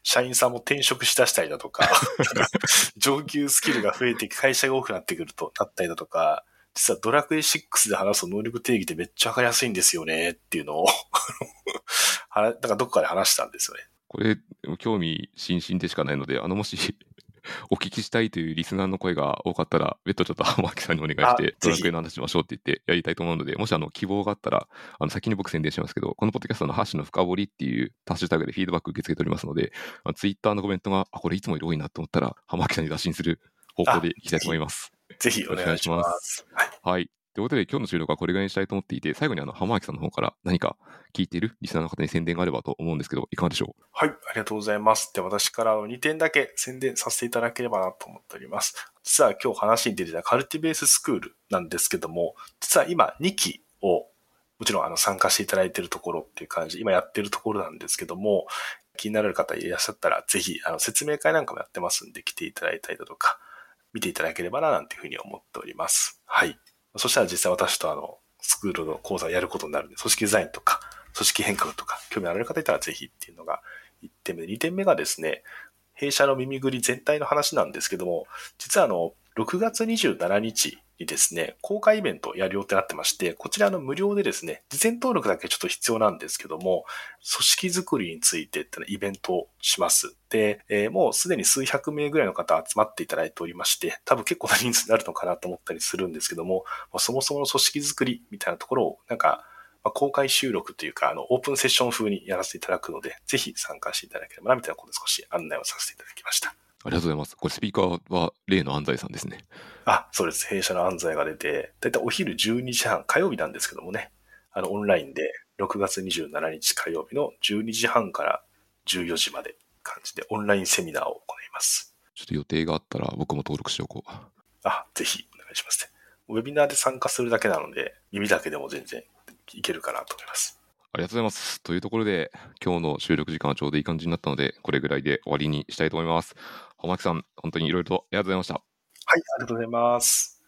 社員さんも転職しだしたりだとか、上級スキルが増えて会社が多くなってくると、なったりだとか、実はドラクエシックスで話す能力定義ってめっちゃわかりやすいんですよねっていうのをはだからどこかで話したんですよね。 これ、興味津々でしかないので、あの、もしお聞きしたいというリスナーの声が多かったら、別途ちょっと浜脇さんにお願いして、ドラクエの話しましょうって言ってやりたいと思うので、もしあの希望があったら、あの先に僕宣伝しますけど、このポッドキャストのハッシュの深掘りっていうハッシュタグでフィードバック受け付けておりますので、ツイッターのコメントが、あ、これいつもより多いなと思ったら、浜脇さんに打診する方向でいきたいと思います。 ぜひお願いします。 はい。はいということで、今日の収録はこれぐらいにしたいと思っていて、最後にあの浜脇さんの方から何か聞いているリスナーの方に宣伝があればと思うんですけど、いかがでしょう？ はい、ありがとうございます。で、私からにてんだけ宣伝させていただければなと思っております。実は今日話に出てたカルティベーススクールなんですけども、実は今にきをもちろんあの参加していただいているところっていう感じ、今やってるところなんですけども、気になる方いらっしゃったら、ぜひあの説明会なんかもやってますんで、来ていただいたりだとか、見ていただければななんていうふうに思っております。はい。そしたら実際私とあの、スクールの講座をやることになるんで、組織デザインとか、組織変革とか、興味ある方いたらぜひっていうのがいってんめで、にてんめがですね、弊社の耳ぐり全体の話なんですけども、実はあの、ろくがつにじゅうしちにちにですね、公開イベントをやる予定になってまして、こちらの無料でですね、事前登録だけちょっと必要なんですけども、組織づくりについてってイベントをします。で、えー、もうすでに数百名ぐらいの方集まっていただいておりまして、多分結構な人数になるのかなと思ったりするんですけども、まあ、そもそもの組織づくりみたいなところを、なんか、まあ、公開収録というか、あの、オープンセッション風にやらせていただくので、ぜひ参加していただければな、みたいなことで少し案内をさせていただきました。 ありがとうございます。これスピーカーは例の安西さんですね。 あ、そうです。弊社の安西が出て、だいたいお昼じゅうにじはん、火曜日なんですけどもね、あの、オンラインでろくがつにじゅうしちにち火曜日のじゅうにじはんからじゅうよじまで感じでオンラインセミナーを行います。 ちょっと予定があったら僕も登録しておこう。 あ、ぜひお願いしますね。ウェビナーで参加するだけなので、耳だけでも全然いけるかなと思います。 ありがとうございます。というところで、今日の収録時間はちょうどいい感じになったので、これぐらいで終わりにしたいと思います。浜木さん、本当にいろいろとありがとうございました。 はい、ありがとうございます。